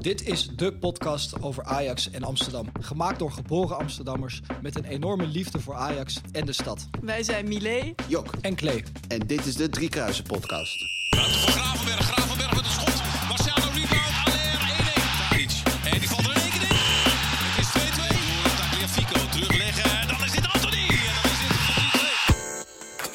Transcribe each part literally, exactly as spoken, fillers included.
Dit is de podcast over Ajax en Amsterdam. Gemaakt door geboren Amsterdammers met een enorme liefde voor Ajax en de stad. Wij zijn Milé, Jok En Klee. en dit is de Drie Kruisen podcast. Ruimte voor Gravenberg. Gravenberg met een schot. Marciano rebound. Aller één één. Tadic. En die valt er in één keer in. Het is twee twee. Tagliafico terugleggen. En dan is dit Anthony. En dan is dit drie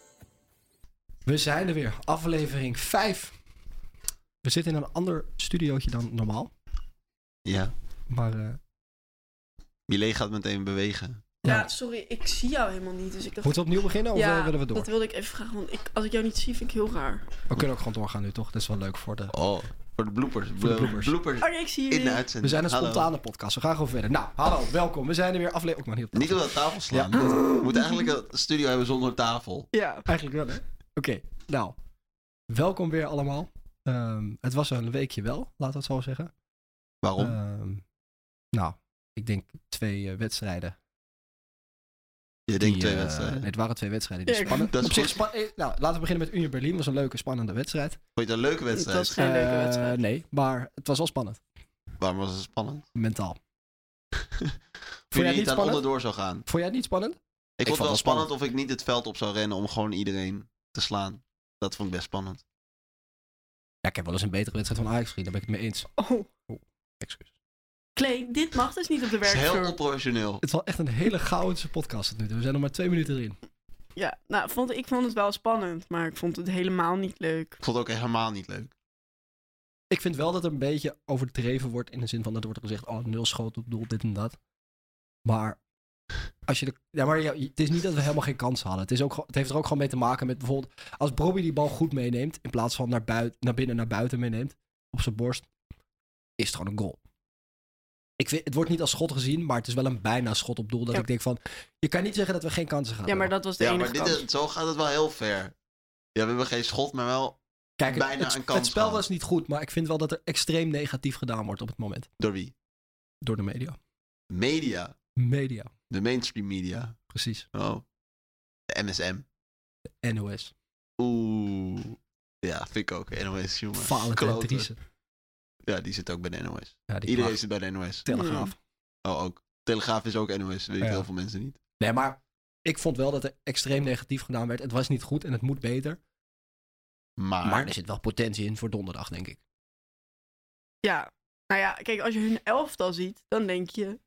twee. We zijn er weer. Aflevering vijf. We zitten in een ander studiootje dan normaal. Ja, Maar uh, Milé gaat meteen bewegen. Ja, Ja. sorry, ik zie jou helemaal niet. Dus ik dacht, moeten we opnieuw beginnen of ja, uh, willen we door? dat wilde ik even vragen. Want ik, als ik jou niet zie, vind ik heel raar. We kunnen ook gewoon doorgaan nu, toch? Dat is wel leuk voor de... Oh, voor de bloopers. Voor de bloopers. bloopers Oh, ik zie je in de weer. uitzending. We zijn een Hallo. spontane podcast. We gaan gewoon verder. Nou, hallo, welkom. We zijn er weer. Aflevering... Ook maar niet op Niet tafel. op de tafel slaan. We moeten eigenlijk een studio hebben zonder tafel. Ja. Eigenlijk wel, hè? Oké, nou. Welkom weer allemaal. Um, het was een weekje wel, laten we het zo zeggen. Waarom? Um, nou, ik denk twee uh, wedstrijden. Je denkt die, twee uh, wedstrijden. Nee, het waren twee wedstrijden die Ja, ik- spannend. dat is Op zich goed. span- eh, nou, laten we beginnen met Union Berlin. Dat was een leuke, spannende wedstrijd. Vond je het een leuke wedstrijd? Het was geen leuke Eh, wedstrijd. Nee, maar het was wel spannend. Waarom was het spannend? Mentaal. Vond jij je het niet niet aan spannend? onderdoor zou gaan? Vond jij het niet spannend? Ik, vond het wel het spannend of ik niet het veld op zou rennen om gewoon iedereen te slaan. Dat vond ik best spannend. Ja, ik heb wel eens een betere wedstrijd van Ajax gezien. Daar ben ik het mee eens. Oh, Excuus. Klee, dit mag dus niet op de Het is heel werkvloer. onprofessioneel. Het is wel echt een hele chaotische podcast tot nu toe. We zijn nog maar twee minuten erin. Ja, nou, vond, ik vond het wel spannend. Maar ik vond het helemaal niet leuk. Ik vond het ook helemaal niet leuk. Ik vind wel dat er een beetje overdreven wordt in de zin van dat er wordt gezegd, oh, nul schoten op doel, dit en dat. Maar als je de, ja, maar ja, het is niet dat we helemaal geen kans hadden. Het, is ook, gewoon- het heeft er ook gewoon mee te maken met bijvoorbeeld, als Brobbey die bal goed meeneemt, in plaats van naar, buiten, naar binnen naar buiten meeneemt, op zijn borst, is het gewoon een goal. Ik vind, het wordt niet als schot gezien, maar het is wel een bijna schot op doel. Dat Ja. ik denk van, je kan niet zeggen dat we geen kansen gaan Ja, maar hebben. dat was de Ja, enige maar dit kans. is, zo gaat het wel heel ver. Ja, we hebben geen schot, maar wel Kijk, het, bijna het, een kans het spel gehad. was niet goed, maar ik vind wel dat er extreem negatief gedaan wordt op het moment. door wie? Door de media. Media. Media, De mainstream media. precies. Oh. De M S M. De N O S. Oeh. Ja, vind ik ook. N O S, jongen. Falen Kloten. Driessen. Ja, die zit ook bij de N O S. Ja, die Iedereen klaagt. zit bij de N O S. Telegraaf. Oh, ook. Telegraaf is ook N O S. Weet Ja. heel veel mensen niet. Nee, maar ik vond wel dat er extreem negatief gedaan werd. Het was niet goed en het moet beter. Maar, Maar er zit wel potentie in voor donderdag, denk ik. Ja, nou ja, kijk, als je hun elftal ziet, dan denk je...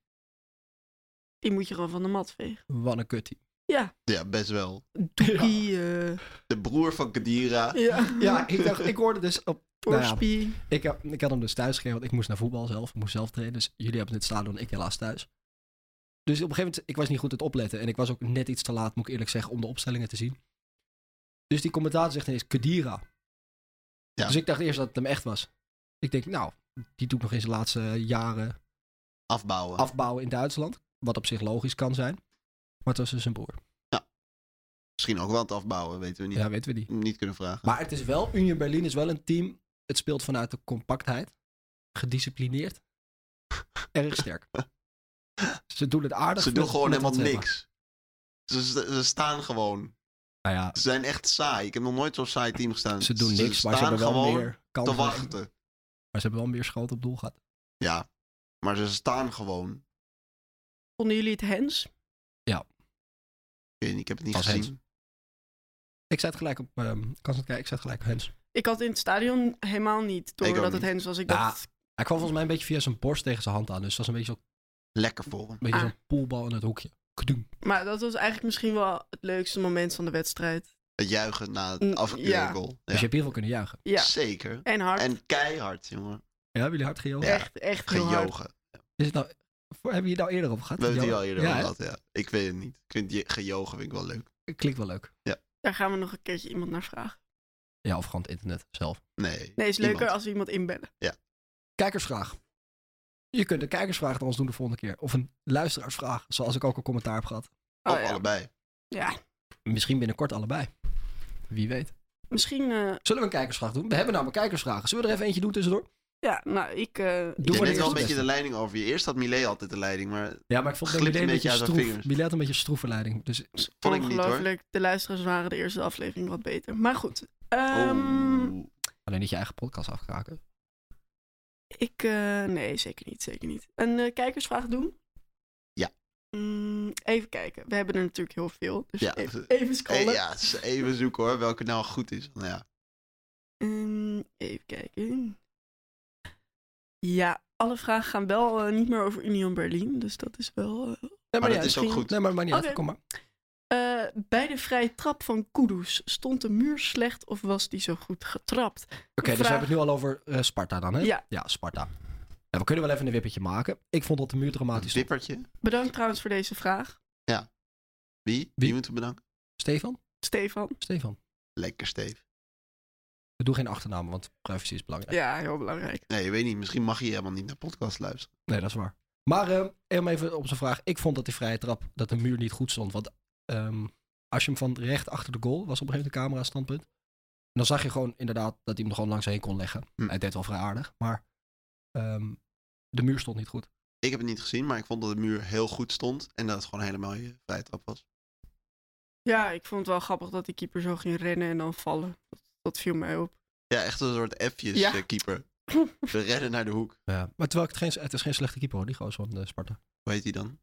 Die moet je gewoon van de mat vegen. Wat een kuttie. Ja, ja, best wel. Doekie, eh, De broer van Kadira. ja, Ja, ik, dacht, ik hoorde dus op... Nou ja, Torspie. ik, had- ik had hem dus thuis gegeven, want ik moest naar voetbal zelf. Ik moest zelf trainen, dus jullie hebben het stadion, ik helaas thuis. Dus op een gegeven moment, ik was niet goed aan het opletten. En ik was ook net iets te laat, moet ik eerlijk zeggen, om de opstellingen te zien. Dus die commentator zegt ineens Kadira. Ja. Dus ik dacht eerst dat het hem echt was. Ik denk, nou, die doet nog in zijn laatste jaren Afbouwen. afbouwen in Duitsland. Wat op zich logisch kan zijn. Maar het was dus zijn broer. Misschien ook wel het afbouwen, weten we niet. Ja, weten we niet. Niet kunnen vragen. Maar het is wel, Union Berlin is wel een team. Het speelt vanuit de compactheid. Gedisciplineerd. Erg sterk. Ze doen het aardig. ze doen met- gewoon met helemaal wat ze hebben. niks. Ze, ze ze staan gewoon. Nou ja, Ze zijn echt saai. Ik heb nog nooit zo'n saai team gestaan. ze doen niks, maar ze staan hebben wel gewoon meer kansen. te wachten. Maar ze hebben wel meer schoten op doel gehad. Ja, maar ze staan gewoon. Vonden jullie het hens? Ik weet niet, ik heb het niet Als gezien. Ik zei het gelijk op... ehm kan het kijken? Ik zei het gelijk op Hens. Ik had in het stadion helemaal niet, ook doordat het niet. hens was. Ik Ja. dacht, Hij kwam volgens mij een beetje via zijn borst tegen zijn hand aan. Dus het was een beetje, zo, Lekker voor hem. een beetje Ah. zo'n poolbal in het hoekje. Kadoem. maar dat was eigenlijk misschien wel het leukste moment van de wedstrijd. Het juichen na Mm, het afgekeurde ja. goal. Dus Ja. je hebt in ieder geval kunnen juichen. Ja, Zeker. en hard. En keihard, jongen. Ja, hebben jullie hard gejogen? Ja. Echt, echt heel hard. Gejogen. Is het nou, voor- hebben we het nou eerder over gehad? We hebben het hier Jo- al eerder ja, over hè? gehad, ja. Ik weet het niet. Ik vind die gejogen vind ik wel leuk. Klinkt wel leuk. Daar gaan we nog een keertje iemand naar vragen. Ja, of gewoon het internet zelf. Nee. Nee, is leuker iemand. als we iemand inbellen. Kijkersvraag. Je kunt een kijkersvraag aan ons doen de volgende keer. Of een luisteraarsvraag, zoals ik ook een commentaar heb gehad. Oh, Of ja. allebei. Ja, Misschien binnenkort allebei. Wie weet. misschien... eh, Zullen we een kijkersvraag doen? We hebben namelijk kijkersvragen. Zullen we er even eentje doen tussendoor? ja, nou, ik... eh, Doe Ik maar neem de wel een eerste beetje beste. de leiding over je. Eerst had Milé altijd de leiding, maar Ja, maar ik vond Glipt Millet een een beetje beetje uit zijn stroef. vingers. Millet had een beetje stroeve leiding. Dus vond ik niet hoor. ongelooflijk. De luisteraars waren de eerste aflevering wat beter. Maar goed. ehm, Oeh. alleen niet je eigen podcast afkraken. Ik, uh, nee, zeker niet, zeker niet. Een uh, kijkersvraag doen? Ja. Mm, even kijken. We hebben er natuurlijk heel veel. Dus Ja. even, even scrollen. Hey, ja, even zoeken hoor, welke nou goed is. Nou ja. Um, even kijken. Ja, alle vragen gaan wel uh, niet meer over Union Berlin. Dus dat is wel... Uh... Nee, maar, maar dat ja, is ook goed. Nee, maar, maar niet okay. uit. Kom maar. Uh, bij de vrije trap van Kudus stond de muur slecht of was die zo goed getrapt? Oké, okay, dus we hebben het nu al over uh, Sparta dan, hè? Ja. Ja, Sparta. Ja, we kunnen wel even een wippertje maken. Ik vond dat de muur dramatisch Een wippertje? Bedankt trouwens voor deze vraag. Ja. Wie? Wie, Wie moeten we bedanken? Stefan? Stefan. Stefan. Lekker, Steve. We doen geen achternamen, want privacy is belangrijk. Ja, heel belangrijk. Nee, je weet niet. Misschien mag je helemaal niet naar podcast luisteren. Nee, dat is waar. Maar uh, even op zijn vraag. Ik vond dat die vrije trap, dat de muur niet goed stond. Want um, als je hem van recht achter de goal, was op een gegeven moment de camera standpunt. En dan zag je gewoon inderdaad dat hij hem er gewoon langs heen kon leggen. Hm. Hij deed wel vrij aardig, maar um, de muur stond niet goed. Ik heb het niet gezien, maar ik vond dat de muur heel goed stond. En dat het gewoon helemaal je vrije trap was. Ja, ik vond het wel grappig dat die keeper zo ging rennen en dan vallen. Dat, dat viel mij op. Ja, echt een soort F'jes ja. uh, keeper. We rennen naar de hoek. Ja, maar terwijl het, geen, het is geen slechte keeper hoor, die gozer van uh, Sparta. Hoe heet hij dan?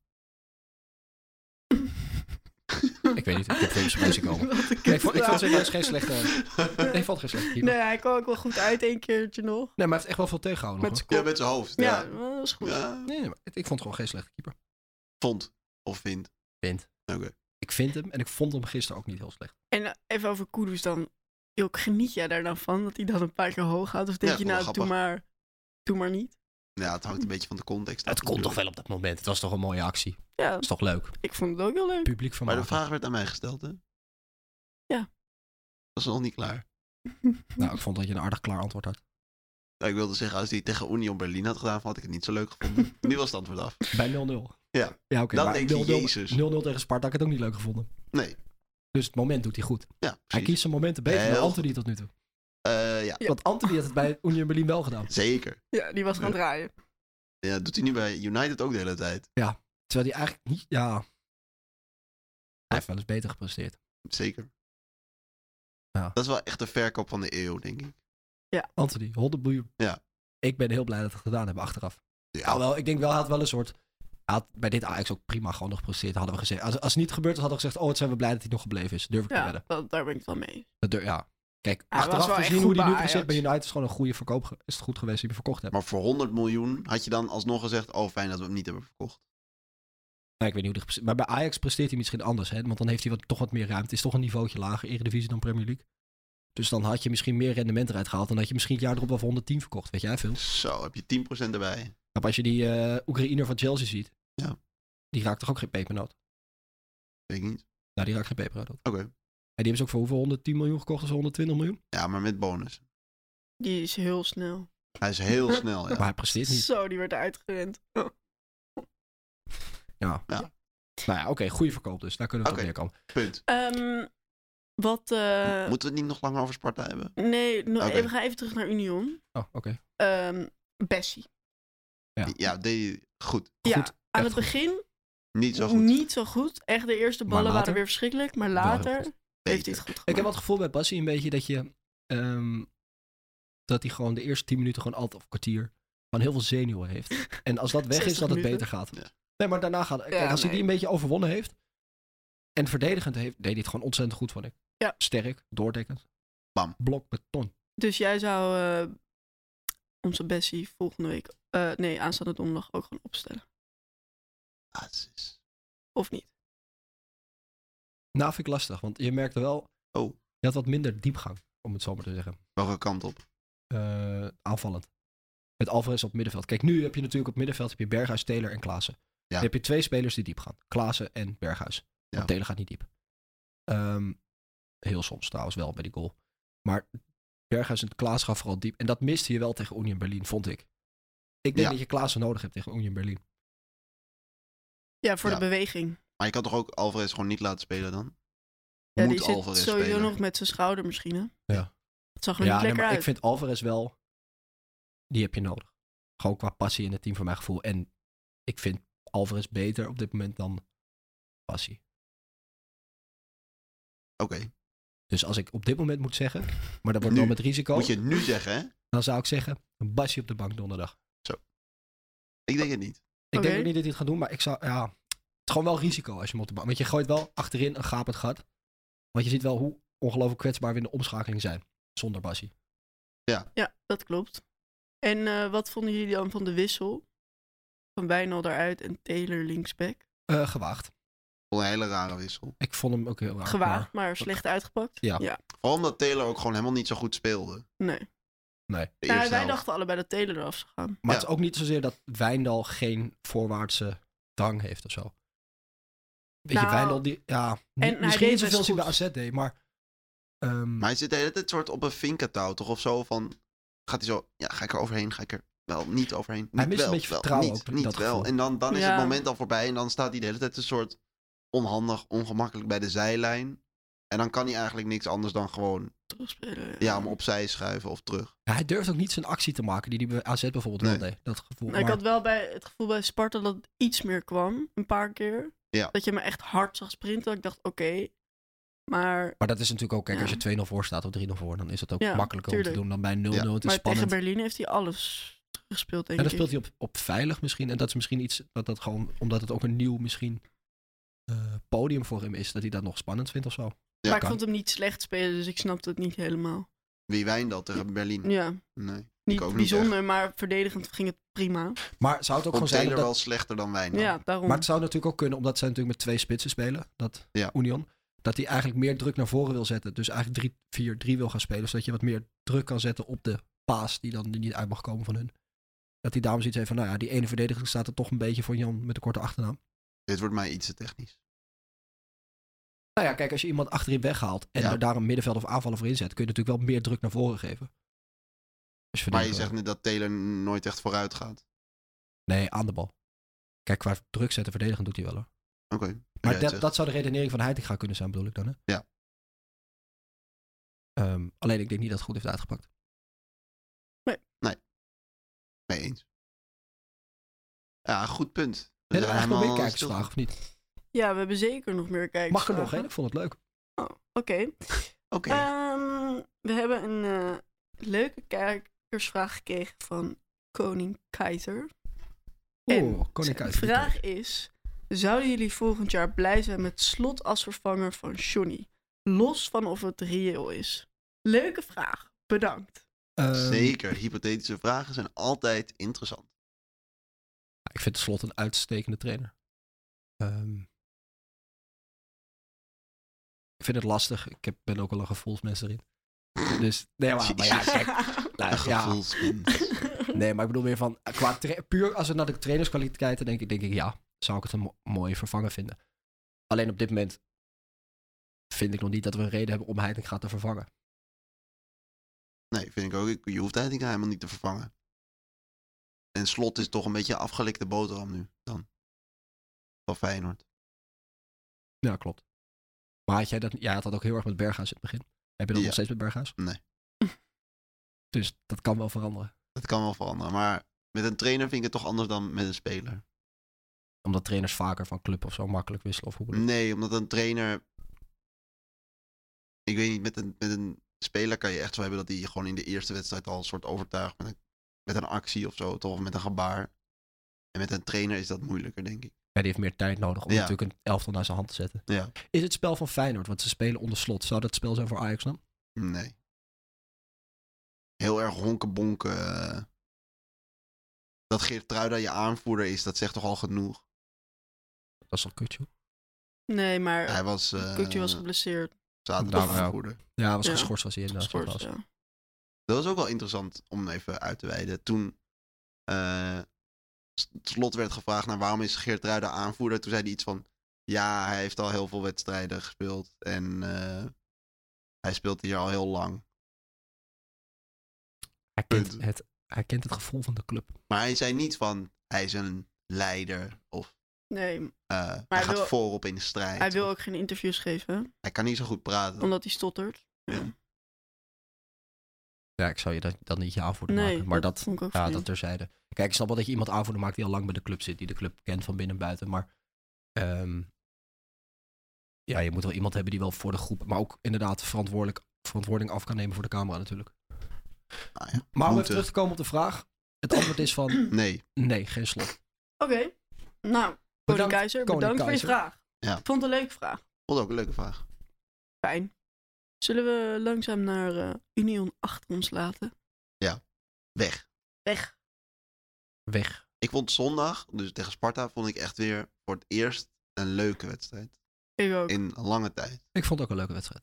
Ik weet niet, ik heb geen spreken komen. Nee, ik vond, ik vond serieus geen slechte... Nee, ik vond geen slechte keeper. Nee, hij kwam ook wel goed uit één keertje nog. Nee, maar hij heeft echt wel veel tegengehouden. Met ja, met zijn hoofd. Ja, ja. dat is goed. Ja. Nee, maar ik vond gewoon geen slechte keeper. Vond of vind? Vind. Oké. Okay. Ik vind hem en ik vond hem gisteren ook niet heel slecht. En uh, even over Kudus dan. Jok, geniet jij daar dan van? Dat hij dan een paar keer hoog houdt? Of denk ja, je nou, doe maar, doe maar niet? Ja, het hangt een beetje van de context af. Het kon toch wel op dat moment. Het was toch een mooie actie. Ja. Dat is toch leuk? Ik vond het ook heel leuk. Publiek van maar de vraag werd aan mij gesteld, hè? Ja. Dat is nog niet klaar. Nou, ik vond dat je een aardig klaar antwoord had. Nou, ik wilde zeggen, als hij tegen Union Berlin had gedaan, had ik het niet zo leuk gevonden. Nu was het antwoord af. Bij nul nul. Ja, ja oké. Okay, dan denk je, Jezus. nul nul tegen Sparta had ik het ook niet leuk gevonden. Nee. Dus het moment doet hij goed. Ja, hij kiest zijn momenten beter Heel dan Anthony tot nu toe. Uh, ja. Want Anthony had het bij Union Berlin wel gedaan. Zeker. Ja, die was gaan ja. draaien. Ja, doet hij nu bij United ook de hele tijd. Ja, terwijl hij eigenlijk niet... Ja, hij heeft wel eens beter gepresteerd. Zeker. Ja. Dat is wel echt de verkoop van de eeuw, denk ik. Ja. Anthony, honderd miljoen. Ja. Ik ben heel blij dat we het gedaan hebben achteraf. Ja. Nou, wel, ik denk wel, hij had wel een soort... Hij had bij dit Ajax ook prima gewoon nog gepresteerd, hadden we gezegd. Als, als het niet gebeurd was, hadden we gezegd... Oh, het zijn we blij dat hij nog gebleven is. Durf ik ja, te wedden. Dat, daar ben ik het wel mee. Dat durf, ja. Kijk, ja, achteraf gezien hoe hij nu presteert bij United... is gewoon een goede verkoop. Is het goed geweest die we verkocht hebben. Maar voor honderd miljoen had je dan alsnog gezegd... Oh, fijn dat we hem niet hebben verkocht. Nou, ik weet niet hoe hij... Maar bij Ajax presteert hij misschien anders. Hè? Want dan heeft hij wat, toch wat meer ruimte. Het is toch een niveautje lager, Eredivisie dan Premier League. Dus dan had je misschien meer rendement eruit gehaald. Dan had je misschien het jaar erop wel voor honderdtien verkocht. Weet jij veel? Zo, heb je tien procent erbij. Maar als je die uh, Oekraïner van Chelsea ziet. Ja. Die raakt toch ook geen pepernoot? Weet ik niet. Nou, die raakt geen pepernoot. Oké. Okay. En die hebben ze ook voor hoeveel? honderdtien miljoen gekocht of honderdtwintig miljoen? Ja, maar met bonus. Die is heel snel. Hij is heel snel, ja. Maar hij presteert niet. Zo, die werd uitgerend. Oh. Ja. ja. Nou ja, oké. Okay, goede verkoop dus. Daar kunnen we okay. op neerkomen. Punt. Um, wat... Uh... Moeten we het niet nog langer over Sparta hebben? Nee, no, okay. we gaan even terug naar Union. Oh, oké. Okay. Um, Bessie. Ja, ja deed goed. Ja, goed. aan Echt het begin... Goed. Niet zo goed. Niet zo goed. Echt, de eerste ballen waren weer verschrikkelijk. Maar later heeft hij het goed gemaakt. Ik heb wel het gevoel bij Bassie een beetje dat je... Um, dat hij gewoon de eerste tien minuten gewoon altijd of kwartier... gewoon heel veel zenuwen heeft. En als dat weg is, dat het beter gaat. Ja. Nee, maar daarna gaat... Kijk, ja, als nee. hij die een beetje overwonnen heeft... en verdedigend heeft, deed hij het gewoon ontzettend goed, vond ik. Ja. Sterk, doordekkend. Bam. Blok, beton. Dus jij zou uh, onze Bessie volgende week... Uh, nee, aanstaande donderdag ook gewoon opstellen. Is... Of niet? Nou, vind ik lastig, want je merkte wel... Oh. Je had wat minder diepgang, om het zo maar te zeggen. Welke kant op? Uh, aanvallend. Met Alvarez op het middenveld. Kijk, nu heb je natuurlijk op middenveld heb je Berghuis, Taylor en Klaassen. Ja. Dan heb je twee spelers die diep gaan. Klaassen en Berghuis. Want ja. Taylor gaat niet diep. Um, heel soms trouwens wel bij die goal. Maar Berghuis en Klaassen gaan vooral diep. En dat miste je wel tegen Union Berlin, vond ik. Ik denk ja. dat je Klaassen nodig hebt tegen Union Berlin. Ja, voor ja. de beweging. Maar je kan toch ook Alvarez gewoon niet laten spelen dan? Ja, Moet die zit Alvarez sowieso spelen. nog met zijn schouder misschien, hè? Ja. Het zag er ja, niet nee, lekker maar uit. Ik vind Alvarez wel... Die heb je nodig. Gewoon qua passie in het team, voor mijn gevoel. En ik vind Alvarez beter op dit moment dan passie. Oké. Okay. Dus als ik op dit moment moet zeggen... Maar dat wordt nu. wel met risico... Moet je het nu zeggen, hè? Dan zou ik zeggen, een basje op de bank donderdag. Ik denk het niet. Ik Oké. denk ook niet dat hij het gaat doen, maar ik zou, ja, het is gewoon wel risico als je hem op de bank... Want je gooit wel achterin een gapend gat. Want je ziet wel hoe ongelooflijk kwetsbaar we in de omschakeling zijn. Zonder Bassie. Ja, dat klopt. En uh, wat vonden jullie dan van de wissel? Van Wijnald eruit en Taylor linksback. Uh, gewaagd. Een hele rare wissel. Ik vond hem ook heel raar. Gewaagd, Maar... maar slecht uitgepakt. Ja. ja. Vooral omdat Taylor ook gewoon helemaal niet zo goed speelde. Nee. Nee. De Nou, eerste wij helft. dachten allebei dat Taylor eraf zou gaan. Maar Ja. het is ook niet zozeer dat Wijndal geen voorwaartse drang heeft of zo. Weet je, Nou, Wijndal die... Ja, en niet, hij misschien niet deed zoveel als hij bij best A Z deed, maar... Um, Maar hij zit de hele tijd soort op een vinkentouw, toch? Of zo van... Gaat hij zo... Ja, ga ik er overheen? Ga ik er wel niet overheen? Hij Niet mist een wel, beetje wel, vertrouwen Niet, ook in niet dat wel. gevoel. En dan, dan is Ja. het moment al voorbij. En dan staat hij de hele tijd een soort onhandig, ongemakkelijk bij de zijlijn. En dan kan hij eigenlijk niks anders dan gewoon... Terugspelen. Ja. Ja, hem opzij schuiven of terug. ja, hij durft ook niet zijn actie te maken die hij bij A Z bijvoorbeeld Nee. wel deed. Dat gevoel. Nou, ik Maar- had wel bij het gevoel bij Sparta dat het iets meer kwam. Een paar keer. Ja. Dat je me echt hard zag sprinten. Dat ik dacht, oké. Okay, maar Maar dat is natuurlijk ook, kijk, Ja. als je twee nul voor staat of drie nul voor, dan is het ook Ja, makkelijker om tuurlijk. te doen dan bij nul nul. Ja. Het is Maar spannend. tegen Berlin heeft hij alles teruggespeeld, denk En dan ik. speelt hij op, op veilig misschien. En dat is misschien iets dat dat gewoon, omdat het ook een nieuw misschien uh, podium voor hem is, dat hij dat nog spannend vindt of zo. Ja, maar ik kan. vond hem niet slecht spelen, dus ik snapte het niet helemaal. Wie Wijndal tegen Berlin? Ja, Nee. niet ook niet bijzonder, maar verdedigend ging het prima. Maar zou het ook Vond gewoon zijn Taylor dat... wel slechter dan Wijndal. Ja, daarom. Maar het zou natuurlijk ook kunnen, omdat zij natuurlijk met twee spitsen spelen, dat Ja. Union, dat hij eigenlijk meer druk naar voren wil zetten. Dus eigenlijk drie vier drie wil gaan spelen, zodat je wat meer druk kan zetten op de paas die dan niet uit mag komen van hun. Dat hij daarom zoiets heeft van, nou ja, die ene verdediger staat er toch een beetje voor Jan met de korte achternaam. Dit wordt mij iets te technisch. Nou ja, kijk, als je iemand achterin weghaalt en Ja. er daar een middenveld of aanvaller voor inzet, kun je natuurlijk wel meer druk naar voren geven. Als je Maar je verdediger- zegt net dat Taylor nooit echt vooruit gaat. Nee, aan de bal. Kijk, qua druk zetten, verdedigen doet hij wel hoor. Oké. Okay. Maar dat, dat zou de redenering van Heitinga kunnen zijn, bedoel ik dan, hè? Ja. Um, alleen ik denk niet dat het goed heeft uitgepakt. Mee eens. Ja, goed punt. We Heb je zijn eigenlijk nog meer helemaal kijkersvragen of niet? Ja, we hebben zeker nog meer kijkers. Mag er nog, hè? Ik vond het leuk. Oh, oké. Oké. Ehm, we hebben een uh, leuke kijkersvraag gekregen van Koning Keizer. En Oeh, Koning zijn Keizer. vraag is: zouden jullie volgend jaar blij zijn met Slot als vervanger van Johnny? Los van of het reëel is. Leuke vraag. Bedankt. Um, Zeker. Hypothetische vragen zijn altijd interessant. Ik vind Slot een uitstekende trainer. Um, ik vind het lastig. Ik heb, ben ook wel een gevoelsmens erin. Dus, nee, maar, maar ja, kijk. Nou, Een ja, gevoelsmens. nee, maar ik bedoel meer van, qua tra- puur als we naar de trainerskwaliteiten denk ik, denk ik, ja, zou ik het een mo- mooie vervanger vinden. Alleen op dit moment vind ik nog niet dat we een reden hebben om Heitinga te vervangen. Nee, vind ik ook. Je hoeft eigenlijk helemaal niet te vervangen. En Slot is toch een beetje afgelikte boterham nu dan. Van Feyenoord. Ja, klopt. Maar had jij dat, jij had dat ook heel erg met Berghuis in het begin. Heb je dat Ja. nog steeds met Berghuis? Nee. Dus dat kan wel veranderen. Dat kan wel veranderen. Maar met een trainer vind ik het toch anders dan met een speler. Omdat trainers vaker van club of zo makkelijk wisselen. Of hoe bedoel je? Nee, omdat een trainer... Ik weet niet, met een, met een speler kan je echt zo hebben dat hij je gewoon in de eerste wedstrijd al een soort overtuigt met een, met een actie of zo, toch? Of met een gebaar. En met een trainer is dat moeilijker, denk ik. Ja, die heeft meer tijd nodig om Ja. natuurlijk een elftal naar zijn hand te zetten. Ja. Is het spel van Feyenoord, want ze spelen onder Slot, zou dat spel zijn voor Ajax dan? Nee. Heel erg honkenbonken. Uh, dat Geertruida je aanvoerder is, dat zegt toch al genoeg. Dat is toch kutje? Nee, maar Hij was... Uh, Kukje was geblesseerd. zaterdag Nou, ja. aanvoerder. Ja, was Ja. geschorst was hij inderdaad. Geschorst, Dat was. ja. Dat was ook wel interessant om even uit te wijden. Toen uh, Slot werd gevraagd naar waarom is Geertruida aanvoerder. Toen zei hij iets van, ja, hij heeft al heel veel wedstrijden gespeeld. En uh, hij speelt hier al heel lang. Hij, kent Punt. het, hij kent het gevoel van de club. Maar hij zei niet van, hij is een leider. Of Nee, uh, hij hij gaat wil- voorop in de strijd. hij wil Of- ook geen interviews geven, hij kan niet zo goed praten. omdat hij stottert. Ja. Ja, ik zou je dat, dat niet je aanvoerder Nee, maken. Maar dat dat, vond ik ook ja, vreemd. dat terzijde. Kijk, ik snap wel dat je iemand aanvoerder maakt die al lang bij de club zit. Die de club kent van binnen en buiten. Maar um, ja, je moet wel iemand hebben die wel voor de groep, maar ook inderdaad verantwoordelijk, verantwoording af kan nemen voor de camera natuurlijk. Nou ja, Maar om even moeten. terug te komen op de vraag. Het antwoord is van Nee. nee, geen slot. Oké. Nou, Koning Bedankt, Keizer, Koning bedankt voor je Keizer. vraag. Ja. Ik vond het een leuke vraag. Vond ook een leuke vraag. Fijn. Zullen we langzaam naar eh, Union achter ons laten? Weg. Weg. Weg. Ik vond zondag, dus tegen Sparta, vond ik echt weer voor het eerst een leuke wedstrijd. Ik ook. In lange tijd. Ik vond het ook een leuke wedstrijd.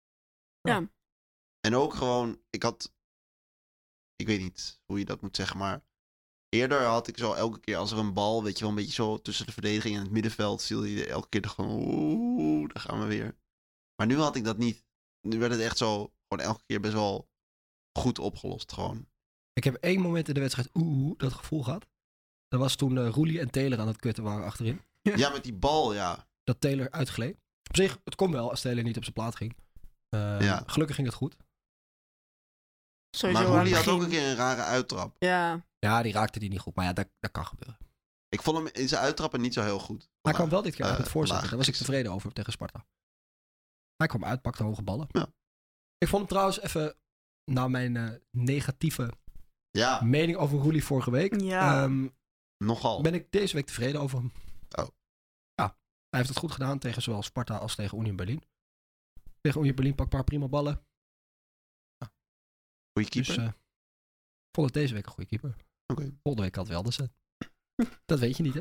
En ook gewoon, ik had, ik weet niet hoe je dat moet zeggen, maar eerder had ik zo elke keer als er een bal, weet je wel, een beetje zo tussen de verdediging en het middenveld, viel je elke keer gewoon, oeh, daar gaan we weer. Maar nu had ik dat niet. Nu werd het echt zo, gewoon elke keer best wel goed opgelost, gewoon. Ik heb één moment in de wedstrijd oeh, dat gevoel gehad. Dat was toen uh, Roelie en Taylor aan het kutten waren achterin. Ja, met die bal, ja. Dat Taylor uitgleed. Op zich, het kon wel als Taylor niet op zijn plaat ging. Uh, Ja. Gelukkig ging het goed. Sowieso Maar aan Roelie het had ook begin. een keer een rare uittrap. Ja. Ja, die raakte die niet goed. Maar ja, dat, dat kan gebeuren. Ik vond hem in zijn uittrappen niet zo heel goed. Hij kwam wel dit keer uit Uh, het voorzetten. laag. Daar was ik tevreden over tegen Sparta. Hij kwam uit, pakte hoge ballen. Ja. Ik vond hem trouwens even, na mijn uh, negatieve Ja, mening over Roelie vorige week, Ja. um, nogal. ben ik deze week tevreden over hem. Oh. Ja, hij heeft het goed gedaan tegen zowel Sparta als tegen Union Berlin. Tegen Union Berlin pak een paar prima ballen. Goeie keeper. Dus uh, ik vond het deze week een goede keeper. Oké. Volgende week had het wel dus. uh, Dat weet je niet, hè?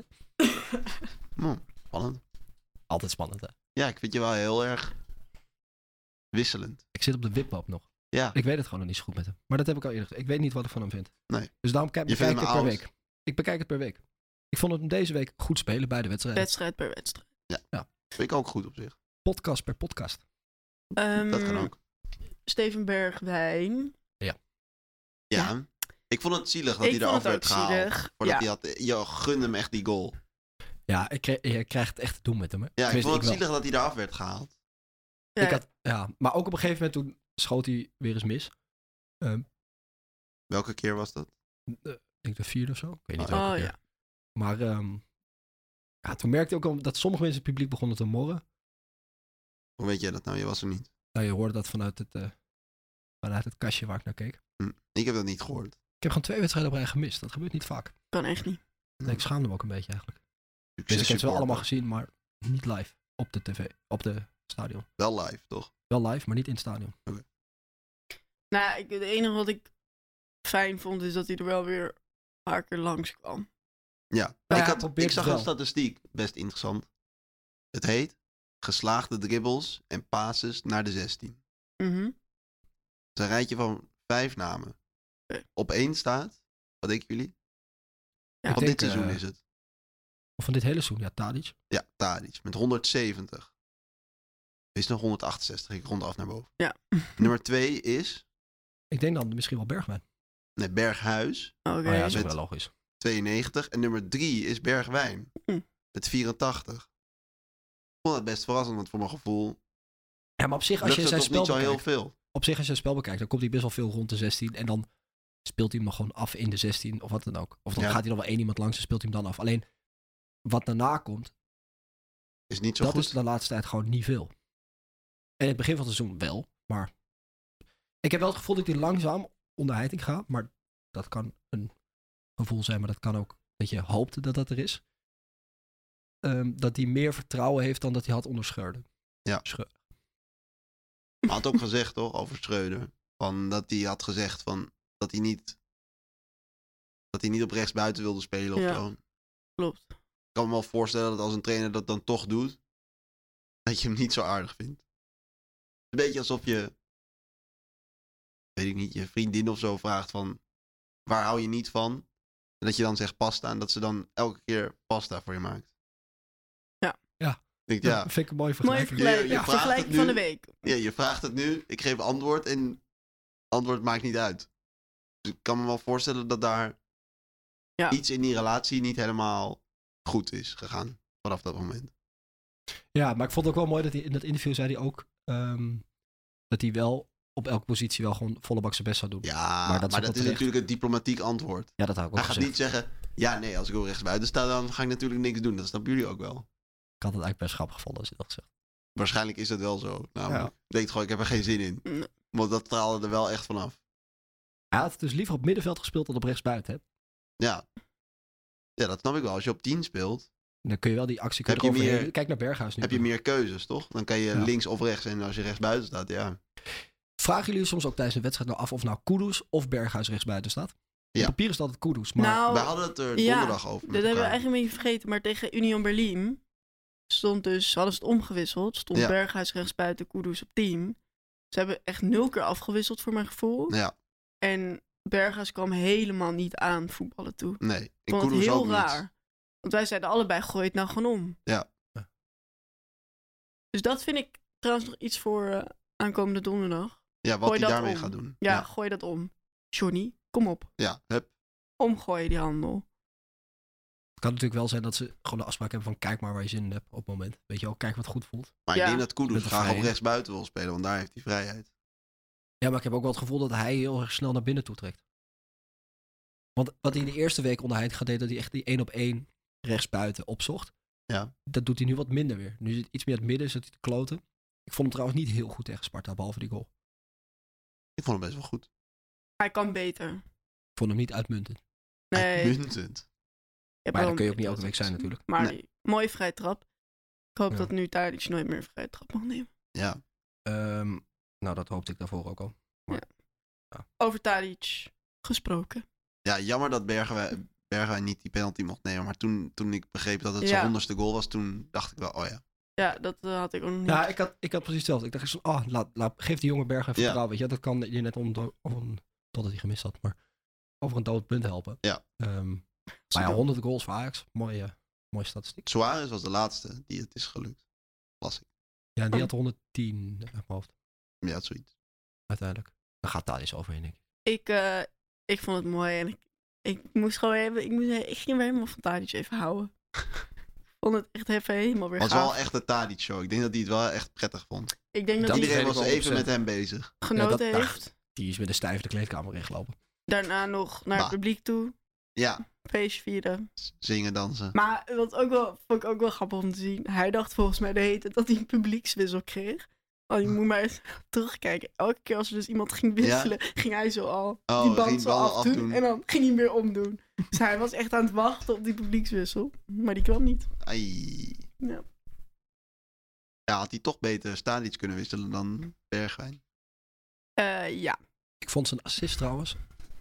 Oh, spannend. Altijd spannend, hè? Ja, ik vind je wel heel erg wisselend. Ik zit op de wipwap nog. Ja, Ik weet het gewoon nog niet zo goed met hem. Maar dat heb ik al eerder gezegd. Ik weet niet wat ik van hem vind. Nee. Dus daarom kijk, Je bekijk ik vindt het hem per oud. week. Ik bekijk het per week. Ik vond hem deze week goed spelen bij de wedstrijden. Wedstrijd per wedstrijd. vind ik ook goed op zich. Podcast per podcast. Ehm, Dat kan ook. Steven Bergwijn. Ja. ja. Ik vond het zielig dat Ik hij vond eraf het werd ook gehaald. zielig. Voordat Ja. hij had, je gun hem echt die goal. Ja, ik, kreeg, ik krijg het echt te doen met hem. Hè. Ja, ik Tenminste, vond het wel. zielig dat hij eraf werd gehaald. Ja, Ik had, ja, maar ook op een gegeven moment toen schoot hij weer eens mis. Um, Welke keer was dat? ik denk de vierde of zo. Ik weet niet Oh, welke oh, keer. ja. Maar um, ja, toen merkte ik ook al dat sommige mensen in het publiek begonnen te morren. Hoe weet jij dat nou? Je was er niet. Nou, je hoorde dat vanuit het, uh, vanuit het kastje waar ik naar keek. Hm. Ik heb dat niet gehoord. Ik heb gewoon twee wedstrijden op rij gemist. Dat gebeurt niet vaak. Kan echt niet. Nee, ik schaamde me ook een beetje eigenlijk. Dus Succes ik heb ze wel supporter. allemaal gezien, maar niet live. Op de tv, op de stadion. Wel live, toch? Wel live, maar niet in het stadion. Nou, ik, het enige wat ik fijn vond is dat hij er wel weer een paar keer langs kwam. Ja. Nou ik, ja, had, probeert ik zag het een wel. statistiek. Best interessant. Het heet geslaagde dribbles en passes naar de zestien. Mhm. Het is een rijtje van vijf namen. Oké. Op één staat, wat denken jullie? Ja, van ik dit denk, seizoen uh, is het. Of van dit hele seizoen, ja, Tadic. Ja, Tadic met honderdzeventig. Is nog honderdachtenzestig. Ik rond af naar boven. Ja. Nummer twee is Ik denk dan misschien wel Bergwijn. nee, Berghuis, Oké. Oh ja, dat is ook Met- wel logisch. tweeënnegentig. En nummer drie is Bergwijn Hm. met vierentachtig. Ik vond het best verrassend, want voor mijn gevoel Ja, maar op zich, als lukt je het zijn toch spel niet zo heel bekijkt, veel. op zich als je zijn spel bekijkt, dan komt hij best wel veel rond de zestien. En dan speelt hij hem nog gewoon af in de zestien. Of wat dan ook. Of dan Ja. gaat hij nog wel één iemand langs en speelt hij hem dan af. Alleen, wat daarna komt, Is niet zo dat goed. is de laatste tijd gewoon niet veel. En in het begin van het seizoen wel. Maar ik heb wel het gevoel dat hij langzaam onder Heiting gaat. Maar dat kan een gevoel zijn. Maar dat kan ook dat je hoopt dat dat er is. Ehm, dat hij meer vertrouwen heeft dan dat hij had onder Scheurden. Ja. Scheu- Hij had ook gezegd, toch, over Schreuder. Van dat hij had gezegd van dat hij niet dat hij niet op rechts buiten wilde spelen of Ja. zo. Klopt. Ik kan me wel voorstellen dat als een trainer dat dan toch doet, dat je hem niet zo aardig vindt. Een beetje alsof je, weet ik niet, je vriendin of zo vraagt van, waar hou je niet van? En dat je dan zegt pasta en dat ze dan elke keer pasta voor je maakt. Ja. Ja. Ik denk, Ja, ja, vind ik een mooie Mooie vergelijking. vergelijking. je Ja, vraagt vergelijking het van de nu. week. ja, je vraagt het nu, ik geef antwoord en antwoord maakt niet uit. Dus ik kan me wel voorstellen dat daar Ja. iets in die relatie niet helemaal goed is gegaan vanaf dat moment. Ja, maar ik vond het ook wel mooi dat hij in dat interview zei hij ook ehm, dat hij wel op elke positie wel gewoon volle bak zijn best zou doen. Ja, Maar maar dat dat, is ook is wel natuurlijk een diplomatiek antwoord. Ja, dat had ik ook Hij gaat gezegd. niet zeggen, ja nee, als ik op rechts buiten sta, dan ga ik natuurlijk niks doen. Dat snappen jullie ook wel. Ik had het eigenlijk best grappig gevonden als hij dat gezegd. Waarschijnlijk is dat wel zo. Nou, Ja. ik denk gewoon, ik heb er geen zin in. Nee. Want dat straalde er wel echt vanaf. Hij had dus liever op middenveld gespeeld dan op rechtsbuiten. Hè? Ja. Ja, dat snap ik wel. Als je op tien speelt, Dan kun je wel die actie Heb kunnen je overheen. meer- Kijk naar Berghuis nu. heb je meer keuzes, toch? Dan kan je Ja. links of rechts en als je rechts buiten staat, ja. Vragen jullie soms ook tijdens een wedstrijd nou af of nou Kudus of Berghuis rechtsbuiten staat? Ja. Op papier is dat het Kudus, maar nou, Wij hadden het er ja, donderdag over dat met hebben we elkaar. eigenlijk een beetje vergeten. Maar tegen Union Berlin stond dus, hadden ze het omgewisseld. Stond Ja. Berghuis rechtsbuiten, Kudus op tien. Ze hebben echt nul keer afgewisseld voor mijn gevoel. Ja, En Berghuis kwam helemaal niet aan voetballen toe. nee. Ik En vond het Kudus heel ook raar. niet. Want wij zeiden allebei, gooi het nou gewoon om. Ja. Dus dat vind ik trouwens nog iets voor uh, aankomende donderdag. Ja, wat Gooi hij dat daarmee om. gaat doen. Ja, Ja, gooi dat om. Johnny, kom op. ja. Hup. Omgooien die handel. het kan natuurlijk wel zijn dat ze gewoon de afspraak hebben van kijk maar waar je zin in hebt op het moment. Weet je wel, kijk wat goed voelt. Maar Ja. ik denk dat Kudus Met de graag op vrijheid. rechts buiten wil spelen, want daar heeft hij vrijheid. Ja, maar ik heb ook wel het gevoel dat hij heel erg snel naar binnen toe trekt. Want wat hij in de eerste week onder Heitinga deed, dat hij echt die één op één rechtsbuiten opzocht. Ja. Dat doet hij nu wat minder weer. Nu zit iets meer in het midden, zit hij te kloten. Ik vond hem trouwens niet heel goed tegen Sparta, behalve die goal. Ik vond hem best wel goed. Hij kan beter. Ik vond hem niet uitmuntend. Nee. Uitmuntend. Je hebt Maar wel dat kun je een ook niet elke beetje week zijn gezien. natuurlijk. Maar Nee. die mooie vrije trap. Ik hoop Ja. dat nu Tadic nooit meer een vrije trap mag nemen. Ja. Ehm, nou, dat hoopte ik daarvoor ook al. Over Tadic gesproken. Ja, jammer dat Bergwijn, Bergwijn niet die penalty mocht nemen. Maar toen, toen ik begreep dat het Ja. zijn honderdste goal was, toen dacht ik wel, oh ja. Ja, dat eh, had ik ook nog niet. Ja, ik had, ik had precies hetzelfde. Ik dacht, zo, ah, laat, laat, geef die jongen Berg even Ja. vertrouwen. Weet je, dat kan je net om, om een, totdat hij gemist had, maar over een dood punt helpen. Ja. Ehm, maar ja, honderd goals voor Ajax. Mooie, mooie statistiek. Suarez was de laatste die het is gelukt. Las ik. Ja, die had honderdtien uit mijn hoofd, Ja, zoiets. uiteindelijk. Dan gaat daar eens overheen, denk ik. Ik, eh, ik vond het mooi en ik, ik moest gewoon even, ik, moest, ik ging me helemaal van Tadic even houden. Ik vond het echt even helemaal weer Het was gaaf. wel echt een Tadic show. Ik denk dat hij het wel echt prettig vond. Ik denk dat Dat hij Iedereen weet ik was wel even honderd met hem bezig. genoten Ja, dat- heeft. Die is met een stijf de kleedkamer ingelopen. Daarna nog naar Bah. het publiek toe. Ja, Feestje vieren. zingen, dansen. Maar wat ook wel, vond ik ook wel grappig om te zien. Hij dacht volgens mij de hele tijd dat hij een publiekswissel kreeg. Oh, je moet maar eens terugkijken. Elke keer als er dus iemand ging wisselen, ging hij zo al Oh, die ging band zo ballen afdoen. afdoen. En dan ging hij hem weer omdoen. Dus hij was echt aan het wachten op die publiekswissel. Maar die kwam niet. Ai. Ja. Ja, had hij toch beter Stadic kunnen wisselen dan Bergwijn. Eh, ja. Ik vond zijn assist trouwens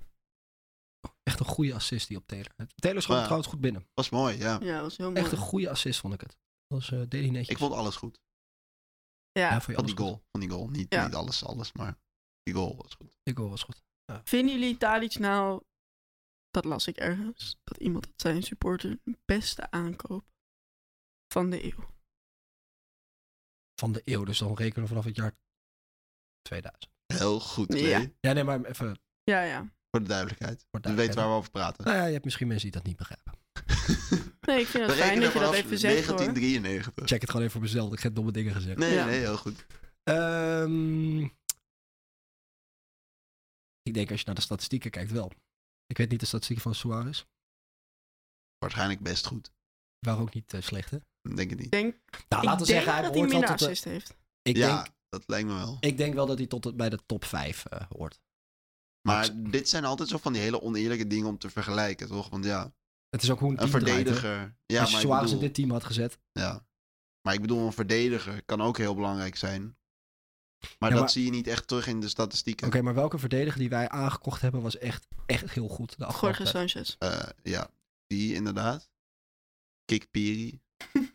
echt een goede assist die op Taylor. Taylor schoot Ja. trouwens goed binnen. Was mooi, ja. Ja, dat was heel mooi. Echt een goede assist vond ik het. Dat was, eh, deed hij netjes. Ik vond alles goed. Ja. ja, vond je Van alles die goed? goal. Van die goal. Niet, Ja. niet alles, alles, maar die goal was goed. Die goal was goed. Vinden jullie Tadic nou, dat las ik ergens, dat iemand dat zijn supporter beste aankoop van de eeuw? Van de eeuw, dus dan rekenen we vanaf het jaar tweeduizend. Heel goed, Ja. nee. Ja, nee, maar even Ja, ja. Voor de duidelijkheid. voor We weten waar we over praten. Nou ja, je hebt misschien mensen die dat niet begrijpen. Nee, ik vind We het fijn rekenen dat je dat vanaf even zegt hoor. negentien drieënnegentig. Check het gewoon even voor mezelf. Ik heb domme dingen gezegd. Nee, Ja. nee, heel goed. Ehm, ik denk als je naar de statistieken kijkt wel. Ik weet niet de statistieken van Suarez. Waarschijnlijk best goed. Waren ook niet uh, slecht, hè? Denk het niet. Ik denk, Nou, ik laten we denk zeggen, hij dat hij behoort wel minder tot de... assist heeft. Ik, ja, denk, dat lijkt me wel. ik denk wel dat hij tot de, bij de top vijf uh, hoort. Maar dit zijn altijd zo van die hele oneerlijke dingen om te vergelijken, toch? Want ja, Het is ook hoe een een team draait, hè. verdediger... Ja, Als je maar ik Suarez in bedoel, dit team had gezet. ja. Maar ik bedoel, een verdediger kan ook heel belangrijk zijn. Maar Ja, dat maar- zie je niet echt terug in de statistieken. Oké, maar welke verdediger die wij aangekocht hebben was echt, echt heel goed de afgelopen Jorge tijd. Sanchez. Eh, ja, die inderdaad. Kik Piri.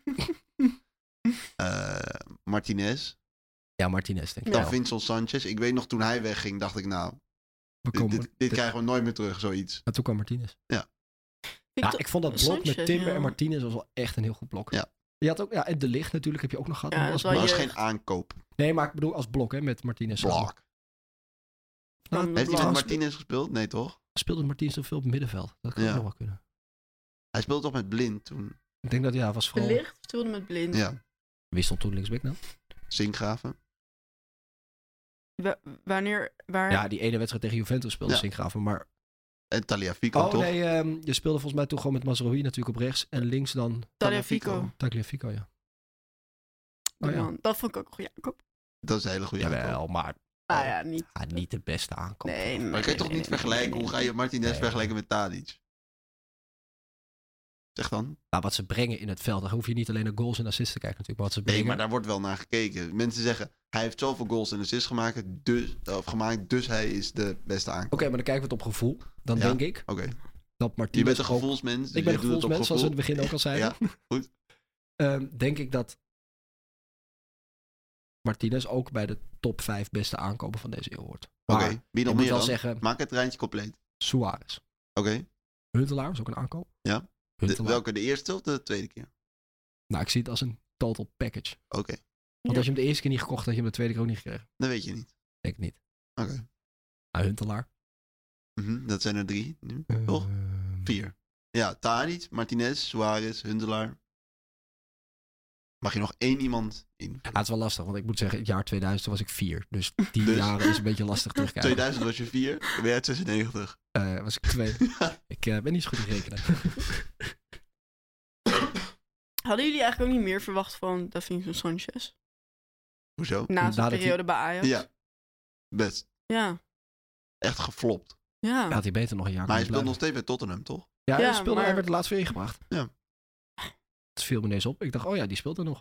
Eh, Martinez. Ja, Martinez denk ik Dan wel. Vincent Sanchez. Ik weet nog, toen hij wegging, dacht ik, nou, We dit, komen- dit, dit krijgen we nooit meer terug, zoiets. Maar toen kwam Martinez. Ja, Victor- ik vond dat blok Sanchez, met Timber ja. en Martinez was wel echt een heel goed blok. Ja. Je had ook, ja, en De Ligt natuurlijk heb je ook nog gehad. Ja, maar dat is als wel Maar blok- dat is jeugd. geen aankoop. Nee, maar ik bedoel als blok, hè, met Martinez. Blok. Nou, Van Heeft hij met Blok. Martinez gespeeld? Nee, toch? speelde Martinez toch veel op het middenveld. Dat kan Ja. ook nog wel kunnen. Hij speelde toch met Blind toen? Ik denk dat ja, was De vooral... licht speelde met blind. Ja. Wie stond toen linksback nou? Sinkgraven. Wa- wanneer, waar... Ja, die ene wedstrijd tegen Juventus speelde Ja. Sinkgraven, maar... En Taliafico, Oh toch? nee, ehm, je speelde volgens mij toen gewoon met Mazraoui natuurlijk op rechts. En links dan Tagliafico. Tagliafico, ja. Oh, Oh ja. man, dat vond ik ook een goede aankoop. Dat is een hele goede aankoop. Jawel, maar Ah ja, niet. Ja, niet de beste aankoop. Nee, nee, Maar je kan je toch nee, niet nee, vergelijken? nee, Hoe nee. ga je Martinez Nee. vergelijken met Tadic? Zeg dan. Nou, wat ze brengen in het veld. Dan hoef je niet alleen naar goals en assists te kijken natuurlijk. Maar wat ze Nee, brengen... maar daar wordt wel naar gekeken. Mensen zeggen, hij heeft zoveel goals en assists gemaakt, dus, of gemaakt, dus hij is de beste aankoop. Oké, maar dan kijken we het op gevoel. Dan Ja. denk ik Oké. dat Je Martinez bent een ook- gevoelsmens. Dus Ik ben jij een doet het op gevoelsmens, zoals we in gevoel. het begin ook al zeiden. Ja, goed. Ehm, denk ik dat Martinez ook bij de top vijf beste aankopen van deze eeuw hoort. Oké, Maar wie ik nog moet meer wel dan? zeggen, Maak het rijtje compleet. Suarez. Oké. Huntelaar is ook een aankoop. Ja. De, Huntelaar. welke, de eerste of de tweede keer? Nou, ik zie het als een total package. Oké, Want Ja. als je hem de eerste keer niet gekocht had, had je hem de tweede keer ook niet gekregen. dat weet je niet. Denk ik niet. Oké. Nou, Huntelaar. Mhm, dat zijn er drie nu, toch? Ehm, Vier. Ja, Tadic, Martinez, Suarez, Huntelaar. Mag je nog één iemand in? Ja, het is wel lastig, want ik moet zeggen, het jaar tweeduizend toen was ik vier. Dus die Dus- jaren is een beetje lastig terugkijken. tweeduizend was je vier, dan ben je uit zesennegentig. Eh, was ik twee. ik eh, ben niet zo goed in rekenen. Hadden jullie eigenlijk ook niet meer verwacht van Davinson Sanchez? Hoezo? Na zijn Nadat hij- periode bij Ajax? Ja, best. Ja. Echt geflopt. Ja. Had hij beter nog een jaar Maar hij kunnen speelt nog blijven. steeds bij Tottenham, toch? Ja, hij Ja, speelde, maar- hij werd laatst weer ingebracht. Ja. Het viel me ineens op. Ik dacht, oh ja, die speelt er nog.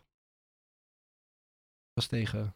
Was tegen...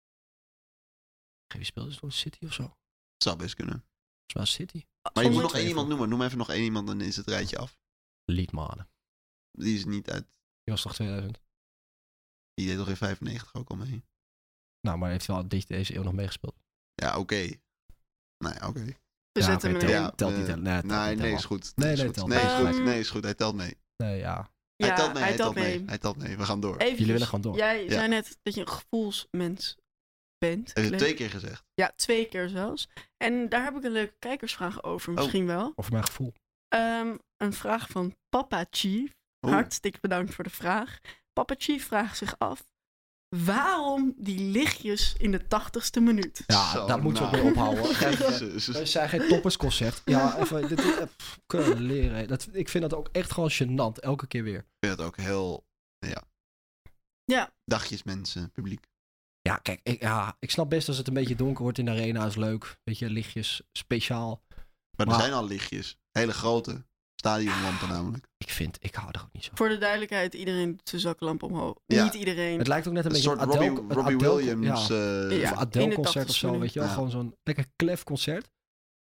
Wie speelde het? City of zo? Het zou best kunnen. Het was City. Maar je moet Zonder nog één twijfel. iemand noemen. Noem even nog één iemand, dan is het rijtje af. Liedmanen. Die is niet uit... Die was toch tweeduizend? Die deed toch in vijfennegentig ook al mee? Nou, maar hij heeft wel dit- deze eeuw nog meegespeeld. Ja, oké. Nee, oké. We Ja, zetten oké, hem tel- erin. Ja, telt eh, niet, hè? Nee, telt nee, niet nee, helemaal. is goed. Nee, is nee, goed. telt Nee, is niet. goed. Ehm, Nee, is goed. Hij telt mee. Nee, ja. Hij Ja, telt mee. hij telt mee. Hij telt mee. We gaan door. Eventjes, Jullie willen gewoon door. Jij Ja. zei net dat je een gevoelsmens bent. Heb je Clay. twee keer gezegd. Ja, twee keer zelfs. En daar heb ik een leuke kijkersvraag over, misschien wel. Over mijn gevoel. Ehm, een vraag van Papa Chief. Oeh. Hartstikke bedankt voor de vraag. Papa Chief vraagt zich af... waarom die lichtjes in de tachtigste minuut? Ja, Zo, daar moet je nou. ook mee ophouden. Even, Jezus. we zijn geen toppersconcept. Ja, even... Dit, dit, eh, pff, kunnen leren. Dat, ik vind dat ook echt gewoon gênant. Elke keer weer. Ik vind het ook heel... Ja. Ja. Dagjes mensen, publiek. Ja, kijk, ik, ja, ik snap best als het een beetje donker wordt in de arena. Is leuk. Weet je, lichtjes, speciaal. Maar Maar- er zijn al lichtjes. Hele grote. Stadionlampen namelijk. Ik vind, ik hou er ook niet zo van. Voor de duidelijkheid, iedereen doet zijn zaklamp omhoog. Ja. Niet iedereen. Het lijkt ook net een, Een beetje soort een Adele, Robbie, een Robbie Adele- Williams. Ja, eh, Ja. of in de Adele-concert of tachtigste zo, minuut. weet je wel. Ja. Gewoon zo'n lekker klef concert.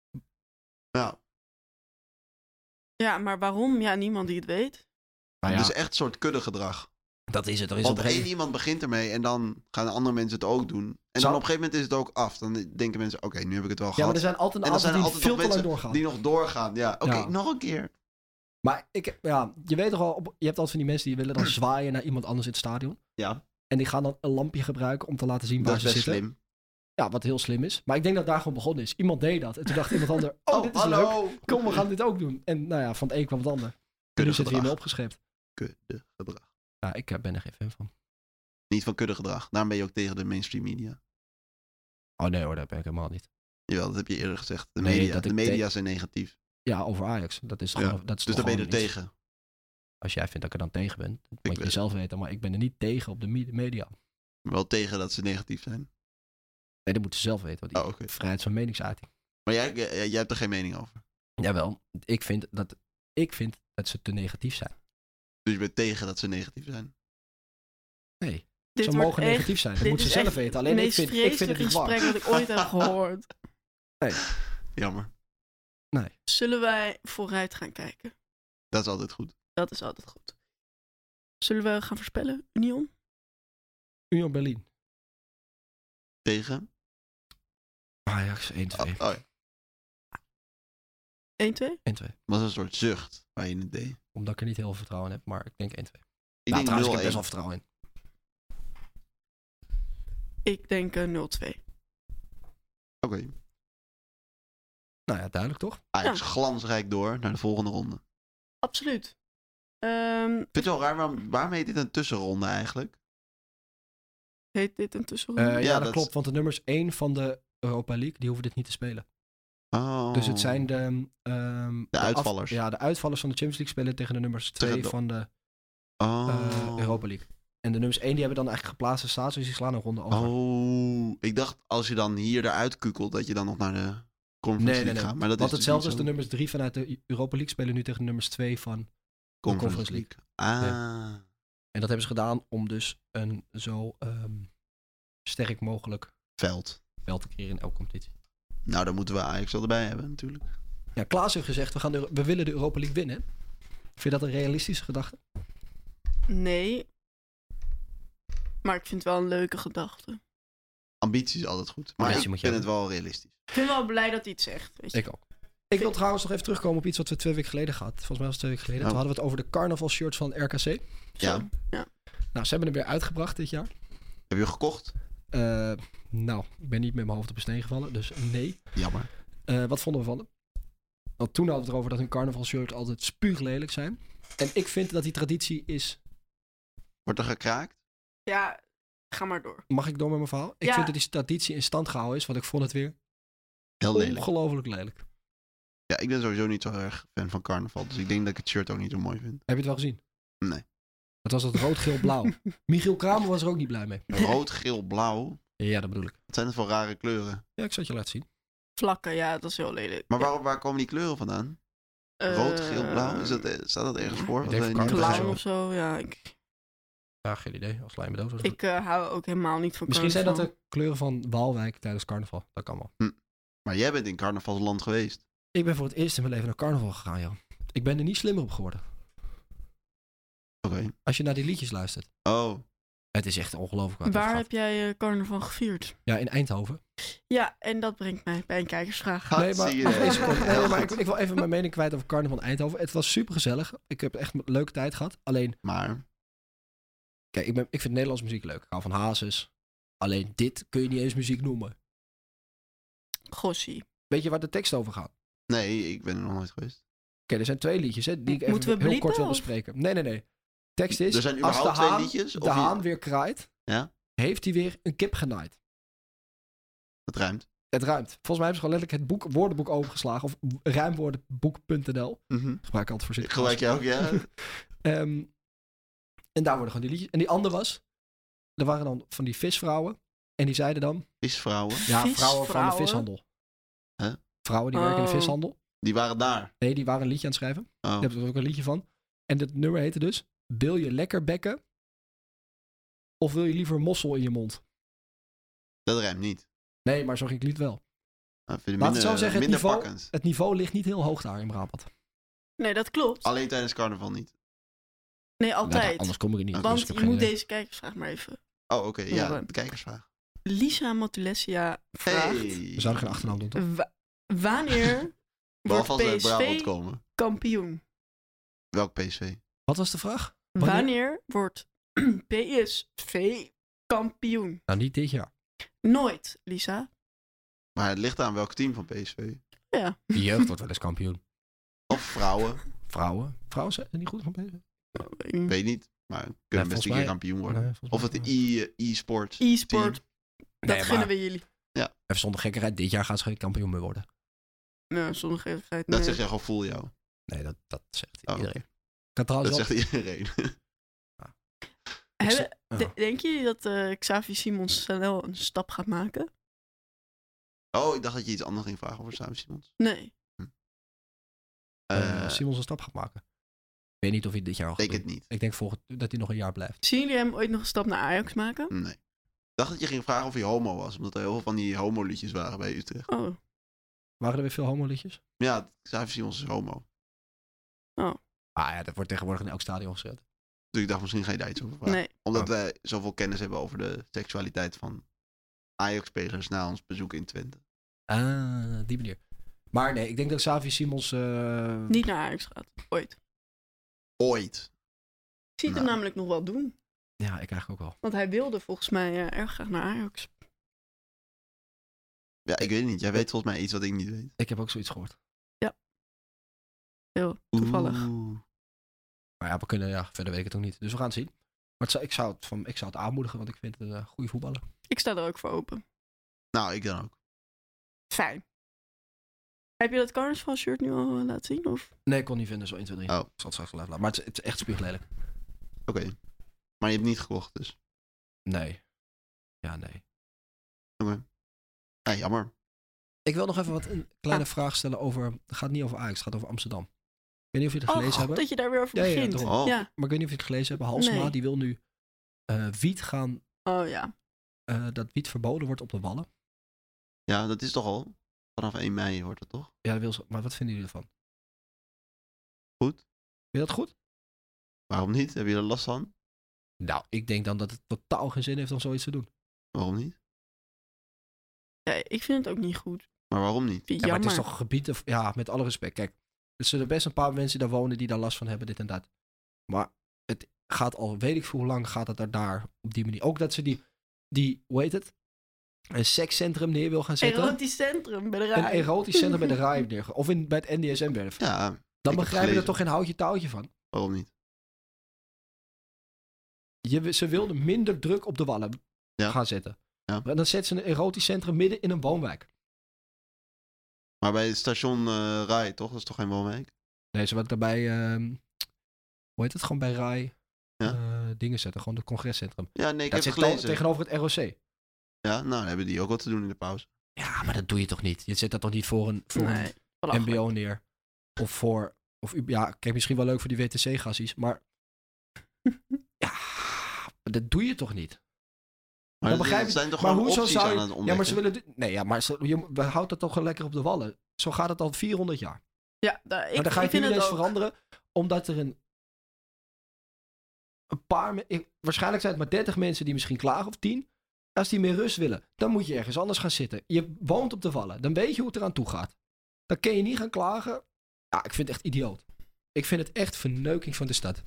ja. Ja, maar waarom? Ja, niemand die het weet. Nou ja, Dus echt een soort kuddegedrag. dat is het. Er is Want op een één gegeven iemand begint ermee en dan gaan andere mensen het ook doen. En Zou- dan op een gegeven moment is het ook af. Dan denken mensen, oké, nu heb ik het wel Ja, maar gehad. er zijn altijd en een dan aantal zijn er die altijd veel nog te lang mensen doorgaan. die nog doorgaan. Ja, oké, Ja. nog een keer. Maar ik, ja, je weet toch wel, op- je hebt altijd van die mensen die willen dan zwaaien naar iemand anders in het stadion. Ja, En die gaan dan een lampje gebruiken om te laten zien dat waar is ze best zitten. slim. Ja, wat heel slim is. Maar ik denk dat daar gewoon begonnen is. Iemand deed dat. En toen dacht iemand ander, oh, dit is leuk. Kom, we gaan dit ook doen. En nou ja, van het een kwam het ander. En nu zitten we Kuddegedrag. hiermee opgeschept. Kuddegedrag. Ja, ik eh, ben er geen fan van. Niet van kuddegedrag. Daarom ben je ook tegen de mainstream media. Oh nee hoor, dat ben ik helemaal niet. Jawel, dat heb je eerder gezegd. De Nee, media, dat de ik media zijn negatief. Ja, over Ajax. Dat is toch Ja, gewoon, dat is Dus toch daar ben je er gewoon iets. tegen. Als jij vindt dat ik er dan tegen ben, dat moet je weet zelf weten. Maar ik ben er niet tegen op de me- media. Wel tegen dat ze negatief zijn. Nee, dat moeten ze zelf weten. Want die Oh, oké. vrijheid van meningsuiting. Maar jij, jij, jij hebt er geen mening over. Jawel, ik vind dat, ik vind dat ze te negatief zijn. Dus je bent tegen dat ze negatief zijn. Nee, Dit ze wordt mogen echt- negatief zijn. Dat dit moeten ze is zelf echt weten. Alleen het ik meest vind, ik vind het niet vreselijke waar. gesprek dat ik ooit heb gehoord. Jammer. Zullen wij vooruit gaan kijken? Dat is altijd goed. Dat is altijd goed. Zullen we gaan voorspellen, Union? Union Berlin. Tegen? Ajax één twee. Oh, oh ja. één twee? één twee. was een soort zucht waar je het deed. Omdat ik er niet heel veel vertrouwen in heb, maar ik denk één twee. Ik Nou, denk trouwens, ik heb nul best één. wel vertrouwen in. Ik denk uh, nul twee. Oké. Nou ja, duidelijk toch? Ajax Ja. glansrijk door naar de volgende ronde. Absoluut. Ehm, Ik vind het wel raar, waarom, waarom heet dit een tussenronde eigenlijk? heet dit een tussenronde? Eh, ja, Ja, dat, dat- klopt. Want de nummers één van de Europa League, die hoeven dit niet te spelen. Oh. Dus het zijn de... ehm, af- uitvallers. ja, de uitvallers van de Champions League spelen tegen de nummers twee Tegen de- van de Oh. eh, Europa League. En de nummers één die hebben dan eigenlijk geplaatste staats, dus die slaan een ronde over. Oh, ik dacht als je dan hier eruit kukelt, dat je dan nog naar de Conference nee, League nee, nee. gaat. Maar dat Want is dus hetzelfde niet als de zo. nummers drie vanuit de Europa League spelen nu tegen de nummers twee van de Conference, Conference League. Ah, En dat hebben ze gedaan om dus een zo um, sterk mogelijk veld. veld te creëren in elke competitie. Nou, dan moeten we Ajax wel erbij hebben natuurlijk. Ja, Klaas heeft gezegd, we, gaan de, we willen de Europa League winnen. Vind je dat een realistische gedachte? Nee. Maar ik vind het wel een leuke gedachte. Ambitie is altijd goed. Maar Ambitie ik moet je vind het hebben. wel realistisch. Ik ben wel blij dat hij het zegt. Weet je. Ik ook. Ik wil trouwens nog even terugkomen op iets wat we twee weken geleden gehad. Volgens mij was het twee weken geleden. Oh. Toen hadden we het over de carnaval shirts van R K C. Zo. Ja. ja. Nou, ze hebben hem weer uitgebracht dit jaar. Heb je gekocht? Uh, nou, ik ben niet met mijn hoofd op een steen gevallen, dus nee. Jammer. Uh, wat vonden we van hem? Want toen hadden we het erover dat hun carnaval shirts altijd spuuglelijk zijn. En ik vind dat die traditie is... Wordt er gekraakt? Ja, ga maar door. Mag ik door met mijn verhaal? Ik Ja. vind dat die traditie in stand gehouden is, want ik vond het weer Heel lelijk. ongelooflijk lelijk. Ja, ik ben sowieso niet zo erg fan van carnaval. Dus ik denk dat ik het shirt ook niet zo mooi vind. Heb je het wel gezien? Nee. Het was het rood, geel, blauw. Michiel Kramer was er ook niet blij mee. Rood, geel, blauw. Ja, dat bedoel ik. Wat zijn het voor rare kleuren? Ja, ik zal het je laten zien. Vlakken, ja, dat is heel lelijk. Maar waar, waar komen die kleuren vandaan? Rood, geel, Eh, blauw? Is dat, staat dat ergens voor? Ik Of denk weet voor je niet? carnaval. Clown of zo, ja. Ik, Ja, geen idee. Als lijm dood. ik uh, hou ook helemaal niet van Misschien zijn dat carnaval. de kleuren van Waalwijk tijdens carnaval. Dat kan wel. Maar jij bent in carnavalsland geweest. Ik ben voor het eerst in mijn leven naar carnaval gegaan, joh. Ik ben er niet slimmer op geworden. Oké. Okay. Als je naar die liedjes luistert. Oh. Het is echt ongelooflijk. wat Waar het heb gaat. jij uh, carnaval gevierd? Ja, in Eindhoven. Ja, en dat brengt mij bij een kijkersvraag. Ha, Nee, maar, zie je, wacht nee. één seconde. Heel Nee, maar ik, goed. ik wil even mijn mening kwijt over carnaval in Eindhoven. Het was super gezellig. Ik heb echt een leuke tijd gehad. Alleen, Maar, kijk, ik, ben, ik vind Nederlandse muziek leuk. Ik hou van Hazes. Alleen dit kun je niet eens muziek noemen. Gossie. Weet je waar de tekst over gaat? Oké, nee, ik ben er nog nooit geweest. er zijn twee liedjes hè, die ik even Moeten we heel bliepen, kort wil of? bespreken. Nee, nee, nee. Tekst is, Er zijn als de überhaupt twee haan, liedjes? de Of je- haan weer kraait, Ja? heeft hij weer een kip genaaid. Het ruimt. Het ruimt. Volgens mij hebben ze gewoon letterlijk het boek, woordenboek overgeslagen. Of ruimwoordenboek punt n l. Mm-hmm. Gebruik ik altijd voor zitten. Gelijk jij ook, ja? Um, en daar worden gewoon die liedjes. En die andere was, er waren dan van die visvrouwen. En die zeiden dan, Visvrouwen. ja, vrouwen van de Visvrouwen? vishandel. Huh? Vrouwen die werken in de Oh. vishandel. Die waren daar. Nee, die waren een liedje aan het schrijven. Oh. Daar hebben we ook een liedje van. En dat nummer heette dus, wil je lekker bekken? Of wil je liever mossel in je mond? Dat ruimt niet. Nee, maar zo ging het lied wel. Nou, vind ik Laat het minder, zo zeggen, het minder niveau, pakkend. het niveau ligt niet heel hoog daar in Brabant. Nee, dat klopt. Alleen tijdens carnaval niet. Nee, Nou, altijd. anders kom ik er niet. Want dus Want ik heb je geen moet idee. deze kijkersvraag maar even. Oh, oké. Ja, Ja. de kijkersvraag. Lisa Matulessia vraagt... Hey. We zouden geen achternaam doen, toch? wa- wanneer wordt Behalve als we uit Brabant P S V komen. kampioen? Welk P S V? Wat was de vraag? Wanneer? Wanneer wordt P S V kampioen? Nou, niet dit jaar. Nooit, Lisa. Maar het ligt aan welk team van P S V. Ja. De jeugd wordt wel eens kampioen. Of vrouwen. Vrouwen? Vrouwen zijn niet goed van bezig. Weet niet. Maar kunnen Nee, best volgens een keer mij- kampioen worden. Nee, volgens Of mij- het e- e-sport. E-sport, team. dat Nee, gunnen maar we jullie. even zonder gekkerheid, dit jaar gaan ze geen kampioen meer worden. Nou, zonder gekkigheid. Dat nee. zeg je gewoon, voel jou. Nee, dat, dat zegt Oh. iedereen. Ik kan trouwens Dat wel... zegt iedereen. ik Hebben- zeg- ja. de- denk je dat eh, Xavi Simons snel een stap gaat maken? Oh, ik dacht dat je iets anders ging vragen over Xavi Simons. Nee. eh, Eh, Simons een stap gaat maken. Ik weet niet of hij dit jaar al gaat denk het doen. niet. Ik denk volgend, dat hij nog een jaar blijft. Zien jullie hem ooit nog een stap naar Ajax maken? Nee. Ik dacht dat je ging vragen of hij homo was. Omdat er heel veel van die homo-liedjes waren bij Utrecht. Oh. Waren er weer veel homoliedjes? Ja, Xavi Simons is homo. Ah ja, dat wordt tegenwoordig in elk stadion gezet. Dus ik dacht, misschien ga je daar iets over vragen. Nee. Omdat Oh. wij zoveel kennis hebben over de seksualiteit van Ajax-spelers na ons bezoek in Twente. Ah, die manier. Maar nee, ik denk dat Xavi Simons... eh, Niet naar Ajax gaat. Ooit. Ooit. Ik zie het hem Nou. namelijk nog wel doen. Ja, ik eigenlijk ook wel. Want hij wilde volgens mij eh, erg graag naar Ajax. Ja, ik weet het niet. Jij weet volgens mij iets wat ik niet weet. Ik heb ook zoiets gehoord. Heel toevallig. Oeh. Maar ja, we kunnen, ja, verder weet ik het ook niet. Dus we gaan het zien. Maar het zou, ik, zou het van, ik zou het aanmoedigen, want ik vind het een goede voetballer. Ik sta er ook voor open. Nou, ik dan ook. Fijn. Heb je dat carnaval shirt nu al eh, laten zien? Of? Nee, ik kon niet vinden, zo één, twee, drie. Oh. Ik zal het straks wel even laten. Maar het is, het is echt spuuglelijk. Oké. Maar je hebt niet gekocht dus. Nee. Ja, nee. Oké. Ja, jammer. Ik wil nog even wat een kleine Ah. vraag stellen over... Het gaat niet over Ajax, het gaat over Amsterdam. Ik weet niet of jullie het Oh, gelezen goed hebben. dat je daar weer over Ja, ja, begint. daarom. Oh. Ja. Maar ik weet niet of jullie het gelezen hebben. Halsema, Nee. die wil nu uh, wiet gaan... Oh ja. Uh, dat wiet verboden wordt op de Wallen. Ja, dat is toch al? Vanaf één mei wordt het toch? Ja, dat wil ze, maar wat vinden jullie ervan? Goed. Vind je dat goed? Waarom niet? Heb je er last van? Nou, ik denk dan dat het totaal geen zin heeft om zoiets te doen. Waarom niet? Ja, ik vind het ook niet goed. Maar waarom niet? Vind Ja, maar jammer. het is toch gebieden... Ja, met alle respect. Kijk, er zullen best een paar mensen daar wonen die daar last van hebben, dit en dat. Maar het gaat al, weet ik veel hoe lang gaat het daar, daar op die manier. Ook dat ze die, die hoe heet het? Een sekscentrum neer wil gaan zetten. Erotisch centrum bij de Een rij. erotisch centrum bij de Rai neer. Of in, bij het N D S M-werf. Ja, Dan ik heb begrijpen we er gelezen. toch geen houtje touwtje van. Waarom niet? Je, ze wilden minder druk op de Wallen Ja. gaan zetten. Ja. En dan zetten ze een erotisch centrum midden in een woonwijk. Maar bij het station uh, Rai, toch? Dat is toch geen woonwijk? Nee, ze wilden daarbij... ehm, hoe heet het? Gewoon bij Rai Ja. uh, dingen zetten. Gewoon het congrescentrum. Ja, nee, ik Dat heb zit gelezen. to- tegenover het R O C. Ja, nou, dan hebben die ook wat te doen in de pauze. Ja, maar dat doe je toch niet? Je zet dat toch niet voor een, voor Nee, een belachelijk. M B O neer? Of voor... Of, u- ja, kijk, misschien wel leuk voor die W T C-gassies, maar... ja, dat doe je toch niet? Maar Dan er begrijp je- zijn toch maar gewoon hoezo opties zou aan je... het Ja, ontdekken? maar ze willen... dit- Nee, ja, maar ze, je, we houden het toch gewoon lekker op de Wallen. Zo gaat het al vierhonderd jaar. Ja, daar, ik, maar dan ga je ik het vind nu het ineens ook. veranderen, omdat er een... Een paar... me- ik- waarschijnlijk zijn het maar dertig mensen die misschien klagen, of tien. Als die meer rust willen, dan moet je ergens anders gaan zitten. Je woont op de Wallen, dan weet je hoe het eraan toe gaat. Dan kun je niet gaan klagen. Ja, ik vind het echt idioot. Ik vind het echt verneuking van de stad.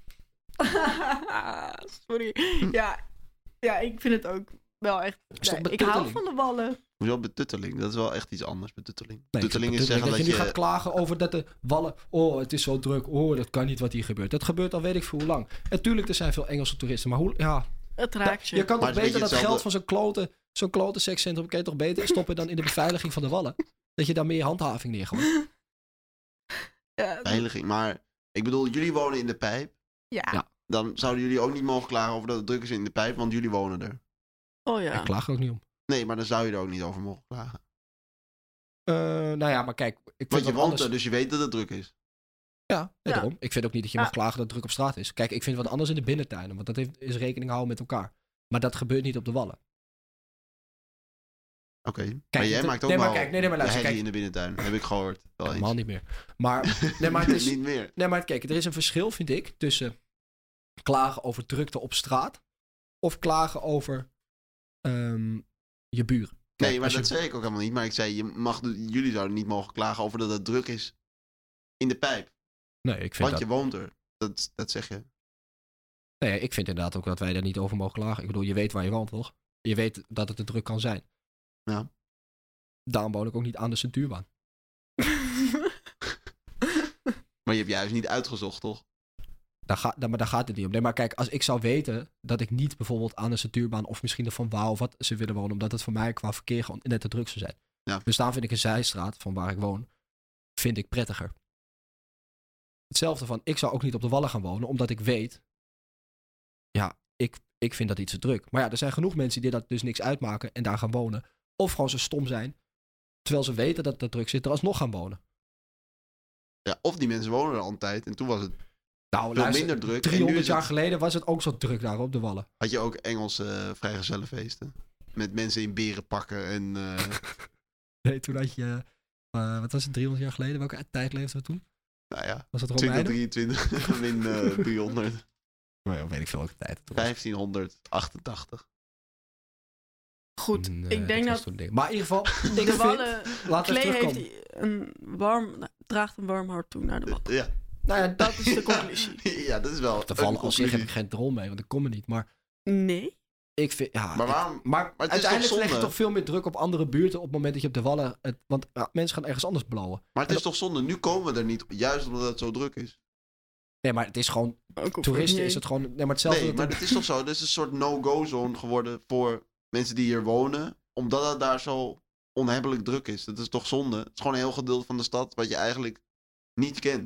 Sorry. Ja, ja, ik vind het ook wel echt... Is toch nee, ik hou betutteling? van de Wallen. Hoezo betutteling? Dat is wel echt iets anders, betutteling. Nee, ik vind betutteling is betutteling zeggen dat dat, je nu gaat klagen over dat de Wallen... Oh, het is zo druk. Oh, dat kan niet wat hier gebeurt. Dat gebeurt al weet ik veel hoe lang. En tuurlijk, er zijn veel Engelse toeristen. Maar hoe... Ja, Het da- raakt je. je kan Maar toch het is beter een dat beetje geld hetzelfde- van zo'n klote, zo'n klote sekscentrum... kan je toch beter stoppen dan in de beveiliging van de Wallen? Dat je daar meer handhaving neergooit. Ja, Veiliging. Maar ik bedoel, jullie wonen in de Pijp. ja. Ja. Dan zouden jullie ook niet mogen klagen over dat het druk is in de Pijp, want jullie wonen er. Oh ja. Ik klaag er ook niet om. Nee, maar dan zou je er ook niet over mogen klagen. Uh, nou ja, maar kijk... Ik vind Want je wat woont anders... er, dus je weet dat het druk is. Ja, nee, Ja. daarom. Ik vind ook niet dat je Ja. mag klagen dat het druk op straat is. Kijk, ik vind wat anders in de binnentuinen. Want dat heeft, is rekening houden met elkaar. Maar dat gebeurt niet op de Wallen. Oké. Maar Kijk, jij het- maakt ook nee, maar wel kijk, nee, nee, maar de luister, herrie kijk. in de binnentuin. Heb ik gehoord. Wel eens. Helemaal niet meer. Maar, nee, maar het is... niet meer. Nee, maar kijk, er is een verschil, vind ik, tussen klagen over drukte op straat of klagen over um, je buren. Kijk, Nee, maar als dat je... zei ik ook helemaal niet. Maar ik zei, je mag, jullie zouden niet mogen klagen over dat het druk is in de Pijp. Nee, ik vind Want dat... je woont er. Dat, dat zeg je. Nee, ik vind inderdaad ook dat wij daar niet over mogen klagen. Ik bedoel, je weet waar je woont, toch? Je weet dat het te druk kan zijn. Ja. Daarom woon ik ook niet aan de centuurbaan. Maar je hebt juist niet uitgezocht, toch? Daar, ga, daar, maar daar gaat het niet om. Nee, maar kijk, als ik zou weten dat ik niet bijvoorbeeld aan de centuurbaan of misschien de Van Waal of wat ze willen wonen, omdat het voor mij qua verkeer gewoon net te druk zou zijn. Ja. Dus daar vind ik een zijstraat van waar ik woon, vind ik prettiger. Hetzelfde van, ik zou ook niet op de Wallen gaan wonen, omdat ik weet, ja, ik, ik vind dat iets te druk. Maar ja, er zijn genoeg mensen die dat dus niks uitmaken en daar gaan wonen. Of gewoon zo stom zijn, terwijl ze weten dat het druk zit, er alsnog gaan wonen. Ja, of die mensen wonen er al een tijd en toen was het, Nou, veel luister, minder druk. En nu driehonderd is jaar het- geleden was het ook zo druk daar op de Wallen. had je ook Engelse uh, vrijgezellenfeesten. Met mensen in berenpakken en... Uh, Nee, toen had je, uh, wat was het, driehonderd jaar geleden? Welke tijd leefden we toen? nou ja, Was het twintig Romeinen? drieëntwintig min uh, driehonderd. Oh ja, weet ik veel welke tijd het was. vijftienhonderdachtentachtig. Goed, Nee, ik denk was dat toen ding. Maar in ieder geval, ik de vind, Wallen... laten we Klee terugkomen. heeft een warm, nou, draagt een warm hart toe naar de Wallen. Ja. Nou ja, Dat is de conclusie. Ja, dat is wel de een vallen als zich heb conclusie. ik geen drol mee, want ik kom er niet. Maar Nee? ik vind, ja... Maar ik- waarom? maar, het is uiteindelijk toch leg je zonde? toch veel meer druk op andere buurten op het moment dat je op de Wallen... Het, want ja, mensen gaan ergens anders blowen. Maar het is toch zonde, nu komen we er niet, juist omdat het zo druk is. Nee, maar het is gewoon... Ook al Toeristen niet. is het gewoon... Nee, maar hetzelfde... Nee, dat- maar het is toch zo, dit is een soort no-go zone geworden voor mensen die hier wonen. Omdat het daar zo onhebbelijk druk is. Dat is toch zonde? Het is gewoon een heel gedeelte van de stad wat je eigenlijk niet kent.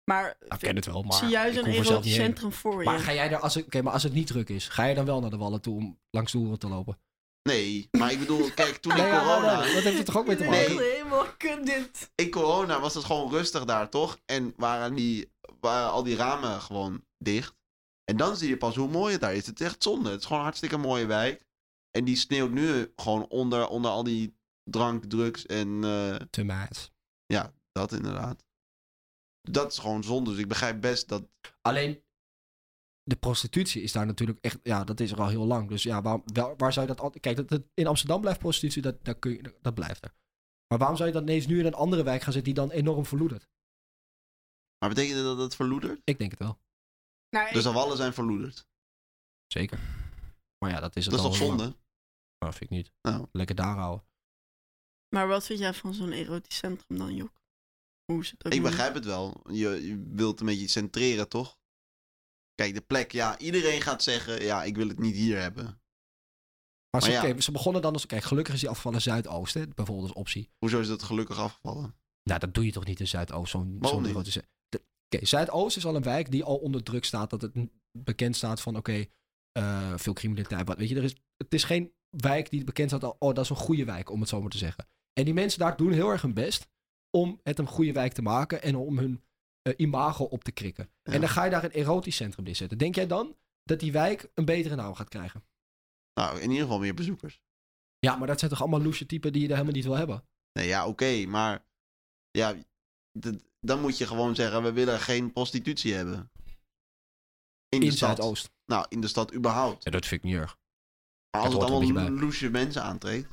Maar Ik ken het wel, maar zie juist ik een hoef er zelf erotisch niet heen. centrum voor Maar je. ga jij er, als het, oké, maar als het niet druk is, ga je dan wel naar de Wallen toe om langs de hoeren te lopen? Nee, maar ik bedoel, kijk, toen in Nee, ja, corona... nee, dat heeft er toch ook mee te maken? Nee. Nee. Helemaal kut dit. In corona was het gewoon rustig daar, toch? En waren, die, waren al die ramen gewoon dicht. En dan zie je pas hoe mooi het daar is. Het is echt zonde. Het is gewoon een hartstikke mooie wijk. En die sneeuwt nu gewoon onder, onder al die drank, drugs en... eh, Te maat. ja, dat inderdaad. Dat is gewoon zonde. Dus ik begrijp best dat... Alleen, de prostitutie is daar natuurlijk echt... Ja, dat is er al heel lang. Dus ja, waar, waar, waar zou je dat... altijd... Kijk, dat, dat- in Amsterdam blijft prostitutie, dat, dat, kun je, dat blijft er. Maar waarom zou je dat ineens nu in een andere wijk gaan zetten die dan enorm verloedert? Maar betekent dat het verloedert? Ik denk het wel. Nou, Dus ik- de wallen zijn verloederd. Zeker. Maar ja, dat is het Dat is al toch heel lang. zonde? Nou, vind ik niet. Nou, Lekker daar houden. maar wat vind jij van zo'n erotisch centrum dan, Jok? Hoe is het ook ik noemen? begrijp het wel. Je, je wilt een beetje centreren, toch? Kijk, de plek, ja, iedereen gaat zeggen, ja, ik wil het niet hier hebben. Maar, ze, Maar ja. oké, ze begonnen dan als... Kijk, gelukkig is die afgevallen Zuidoost, hè, bijvoorbeeld als optie. Hoezo is dat gelukkig afgevallen? Nou, dat doe je toch niet in Zuidoost, zo'n Waarom zo'n niet? erotische... De- Oké, Zuidoost is al een wijk die al onder druk staat. Dat het n- bekend staat van, oké, eh, veel criminaliteit. Wat, weet je, er is, het is geen wijk die bekend staat al, oh, dat is een goede wijk, om het zo maar te zeggen. En die mensen daar doen heel erg hun best om het een goede wijk te maken en om hun eh, imago op te krikken. Ja. En dan ga je daar een erotisch centrum neerzetten. Denk jij dan dat die wijk een betere naam gaat krijgen? Nou, in ieder geval meer bezoekers. Ja, maar dat zijn toch allemaal loesje typen die je daar helemaal niet wil hebben? Nee, ja, oké, maar... Ja, d- dan moet je gewoon zeggen, we willen geen prostitutie hebben. In de In stad. Zuidoost. Nou, in de stad überhaupt. Ja, dat vind ik niet erg. Maar als dat het hoort er een allemaal beetje loesje mensen aantrekt...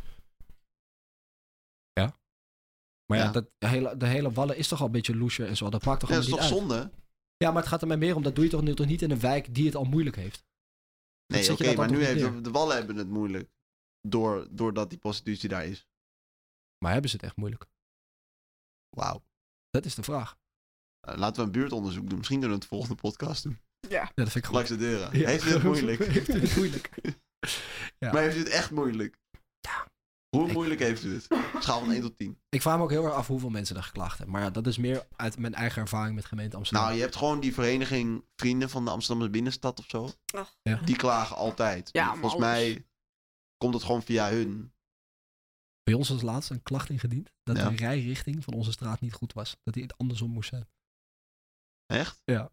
Maar ja, Ja. Dat hele, de hele Wallen is toch al een beetje loesje en zo. Dat maakt toch Ja, dat gewoon is niet toch uit. zonde? Ja, maar het gaat er mij meer om. Dat doe je toch, nu- toch niet in een wijk die het al moeilijk heeft? Dat Nee, zet oké, je dat maar dan nu toch niet heeft neer? de, de Wallen hebben het moeilijk. Door, doordat die prostitutie daar is. Maar hebben ze het echt moeilijk? Wauw. Dat is de vraag. Uh, laten we een buurtonderzoek doen. Misschien kunnen we het volgende podcast doen. Ja. Ja, dat vind ik goed. Langs de deuren. Ja. Heeft u het moeilijk? heeft u het moeilijk? Ja. Maar heeft u het echt moeilijk? Ja. Hoe Ik- moeilijk heeft u het? Schaal van één tot tien. Ik vraag me ook heel erg af hoeveel mensen er geklaagd hebben. Maar ja, dat is meer uit mijn eigen ervaring met gemeente Amsterdam. Nou, je hebt gewoon die vereniging Vrienden van de Amsterdamse Binnenstad of zo. Ach. Ja. Die klagen altijd. Ja, Volgens maar alles. mij komt het gewoon via hun. Bij ons was laatst een klacht ingediend dat Ja. de rijrichting van onze straat niet goed was. Dat die het andersom moest zijn. Echt? Ja.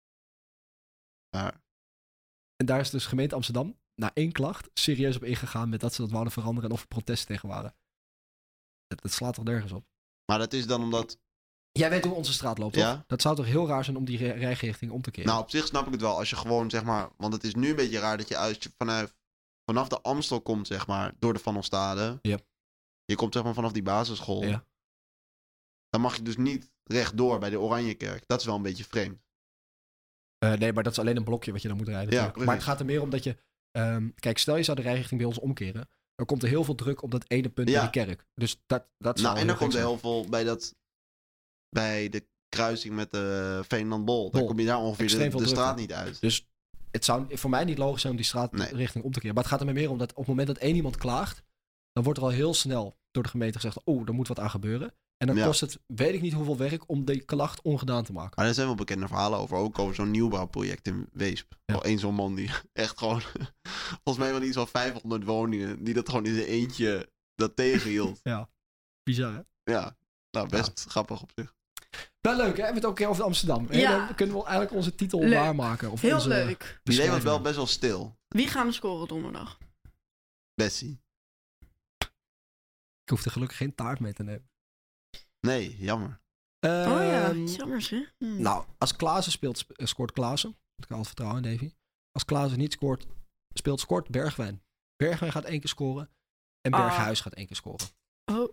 Maar, En daar is dus gemeente Amsterdam na één klacht serieus op ingegaan met dat ze dat wouden veranderen en of er protesten tegen waren. Dat, dat slaat toch nergens op. maar dat is dan omdat... Jij weet hoe onze straat loopt, toch? Ja. Dat zou toch heel raar zijn om die ri- rijrichting om te keren? Nou, op zich snap ik het wel. Als je gewoon, zeg maar... Want het is nu een beetje raar dat je, als je vanuit, vanaf de Amstel komt, zeg maar, door de Van Ostade. Ja. Je komt, zeg maar, vanaf die basisschool. Ja. Dan mag je dus niet rechtdoor bij de Oranjekerk. Dat is wel een beetje vreemd. Eh, nee, maar dat is alleen een blokje wat je dan moet rijden. Ja, natuurlijk. precies. Maar het gaat er meer om dat je... ehm, kijk, stel je zou de rijrichting bij ons omkeren. Dan komt er heel veel druk op dat ene punt Ja. bij die kerk. Dus dat, dat zou Nou, en dan heel komt er gek heel veel bij dat... Bij de kruising met de Veenland-Bol. Dan Bol. kom je daar ongeveer Extreem de, veel de drukte. straat niet uit. Dus het zou voor mij niet logisch zijn om die straatrichting Nee. om te keren. Maar het gaat er mij meer om dat op het moment dat één iemand klaagt, dan wordt er al heel snel door de gemeente gezegd, oh, er moet wat aan gebeuren. En dan Ja. kost het, weet ik niet hoeveel werk, om die klacht ongedaan te maken. Maar er zijn wel bekende verhalen over. Ook over zo'n nieuwbouwproject in Weesp. Ja. Al één zo'n man die echt gewoon... volgens mij wel iets van vijfhonderd woningen. Die dat gewoon in zijn eentje dat tegenhield. Bizar, hè? Ja, nou best grappig op zich. Wel leuk, hè? We hebben het ook een keer over Amsterdam. En Ja. dan kunnen we eigenlijk onze titel Leuk. waarmaken. Of Heel onze leuk. Die idee was beschrijving. wel best wel stil. Wie gaan we scoren donderdag? Bessie. Ik hoef er gelukkig geen taart mee te nemen. Nee, jammer. Oh ja, Ehm, jammer zeg. Hm. Nou, als Klaassen speelt, sp- eh, scoort Klaassen. Ik heb altijd vertrouwen in Davy. Als Klaassen niet scoort, speelt scoort Bergwijn. Bergwijn gaat één keer scoren. En Ah. Berghuis gaat één keer scoren. Oh.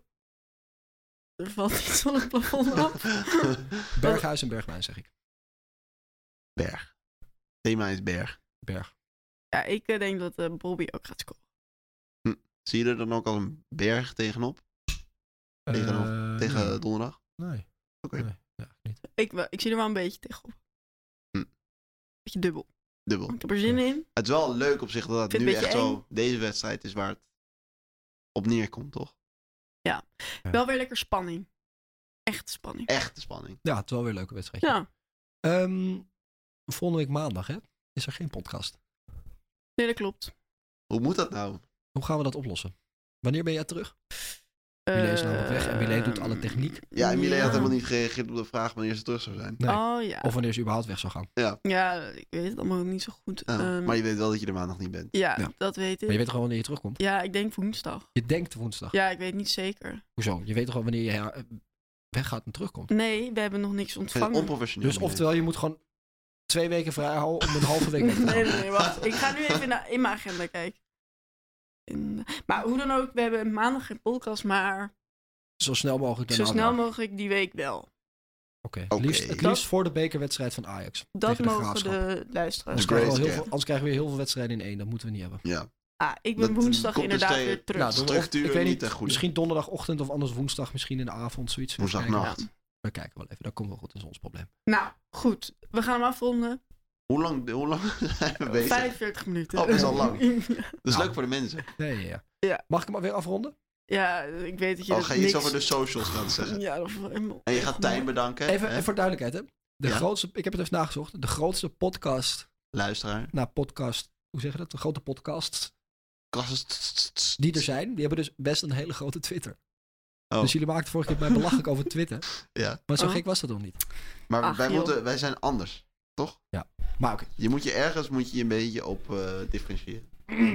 Er valt iets van het plafond af. Berghuis en Bergwijn, zeg ik. Berg. Thema is Berg. Berg. Ja, ik eh, denk dat eh, Bobby ook gaat scoren. Zie je er dan ook al een berg tegenop? Tegen, Eh, tegen nee. donderdag? Nee. Oké. Nee, ja, niet. Ik, wel- ik zie er wel een beetje tegenop. Hm. Beetje dubbel. Dubbel. Ik heb er zin in. Het is wel leuk op zich dat het Vind nu het een echt beetje zo... Deze wedstrijd is waar het op neerkomt, toch? Ja. Wel weer lekker spanning. echt spanning. Echte spanning. Ja, het is wel weer een leuke wedstrijd. Ja. Um, volgende week maandag, hè? Is er geen podcast. Nee, dat klopt. Hoe moet dat nou? Hoe gaan we dat oplossen? Wanneer ben jij terug? Milé is namelijk weg en Milé doet alle techniek. Ja, en Milé ja. had helemaal niet gereageerd op de vraag wanneer ze terug zou zijn. Nee. Oh ja. Of wanneer ze überhaupt weg zou gaan. Ja, ik weet het allemaal niet zo goed. Ja, Um, maar je weet wel dat je er maandag niet bent. ja, Ja. dat weet ik. Maar je weet toch gewoon wanneer je terugkomt? Ja, ik denk woensdag. Je denkt woensdag. Ja, ik weet niet zeker. Hoezo? Je weet toch wel wanneer je her- weggaat en terugkomt? Nee, we hebben nog niks Ik vind het ontvangen. onprofessioneel. Dus oftewel, je moet gewoon twee weken vrij houden om een halve week weg te gaan. Nee, nee, nee, wacht. Ik ga nu even naar, in mijn agenda kijken. In, maar hoe dan ook, we hebben maandag geen podcast, maar Zo snel mogelijk zo daarna snel wel. mogelijk die week wel. Oké. Oké. Het liefst, het Dat- liefst voor de bekerwedstrijd van Ajax. Dat tegen de mogen Graafschap. de luisteraars. Anders De krijgen, we Great heel Gap. veel, anders krijgen we weer heel veel wedstrijden in één. Dat moeten we niet hebben. Ja. Ah, ik ben Dat woensdag komt dus inderdaad tegen- weer terug. Nou, doen we Structuur of- ik weet niet niet, ten goede. misschien donderdagochtend of anders woensdag, misschien in de avond, zoiets. Even kijken. Woensdagnacht. We kijken wel even, dat komt wel goed, dat is ons probleem. Nou, goed. We gaan hem afronden. Hoe lang, hoe lang zijn we bezig? vijfenveertig minuten. Oh, best wel lang. Ja. Dat is Nou. leuk voor de mensen. Ja, ja, ja. Ja. Mag ik hem alweer afronden? Ja, ik weet dat je Oh, dat ga je niks... iets over de socials gaan zeggen? Ja, of helemaal... En je gaat Tijn bedanken. Even, hè? even voor duidelijkheid, hè. De Ja? grootste, ik heb het even nagezocht. De grootste podcast, Luisteraar. nou podcast, hoe zeg je dat? De grote podcasts Kast. die er zijn, die hebben dus best een hele grote Twitter. Oh. Dus jullie maakten vorige keer mij belachelijk over Twitter. Ja. Maar zo Oh. gek was dat nog niet. Maar Ach, wij, joh. moeten, wij zijn anders. Maar oké, Je moet je ergens moet je, je een beetje op eh, differentiëren.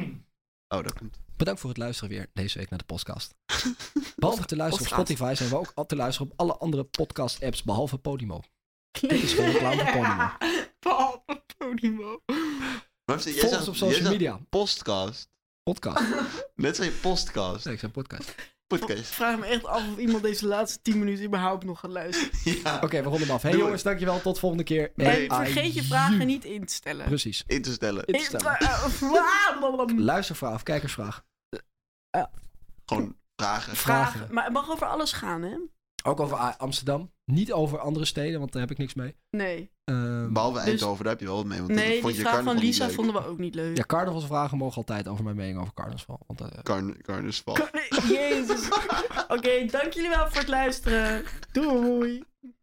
Oh, dat komt. bedankt voor het luisteren weer deze week naar de podcast. Behalve te luisteren op Podcast. Spotify zijn we ook te luisteren op alle andere podcast apps behalve Podimo. Dit is gewoon reclame voor Podimo. Behalve Podimo. Maar jij Volg zegt- ons op jij social zegt media. Podcast. Podcast. Net zei je podcast. Nee, ik zei podcast. Ik Podcast. vraag me echt af of iemand deze laatste tien minuten überhaupt nog gaat luisteren. Ja. Oké, we ronden hem af. Hey Doei. jongens, dankjewel. Tot volgende keer. Nee, En vergeet je vragen niet in te stellen. Precies. In te stellen. In te stellen. Vragen. Luistervraag of kijkersvraag. Gewoon vragen. Vragen. Maar het mag over alles gaan, hè? Ook over A- Amsterdam. Niet over andere steden, want daar heb ik niks mee. Nee. Ehm, Behalve Dus- Eindhoven, daar heb je wel wat mee. Want dat Nee, vond die je vraag van carnaval niet Lisa leuk. vonden we ook niet leuk. ja, carnavalsvragen mogen altijd over mijn mening over carnaval. Want, eh, Carn carnaval. Jezus. Oké, dank jullie wel voor het luisteren. Doei.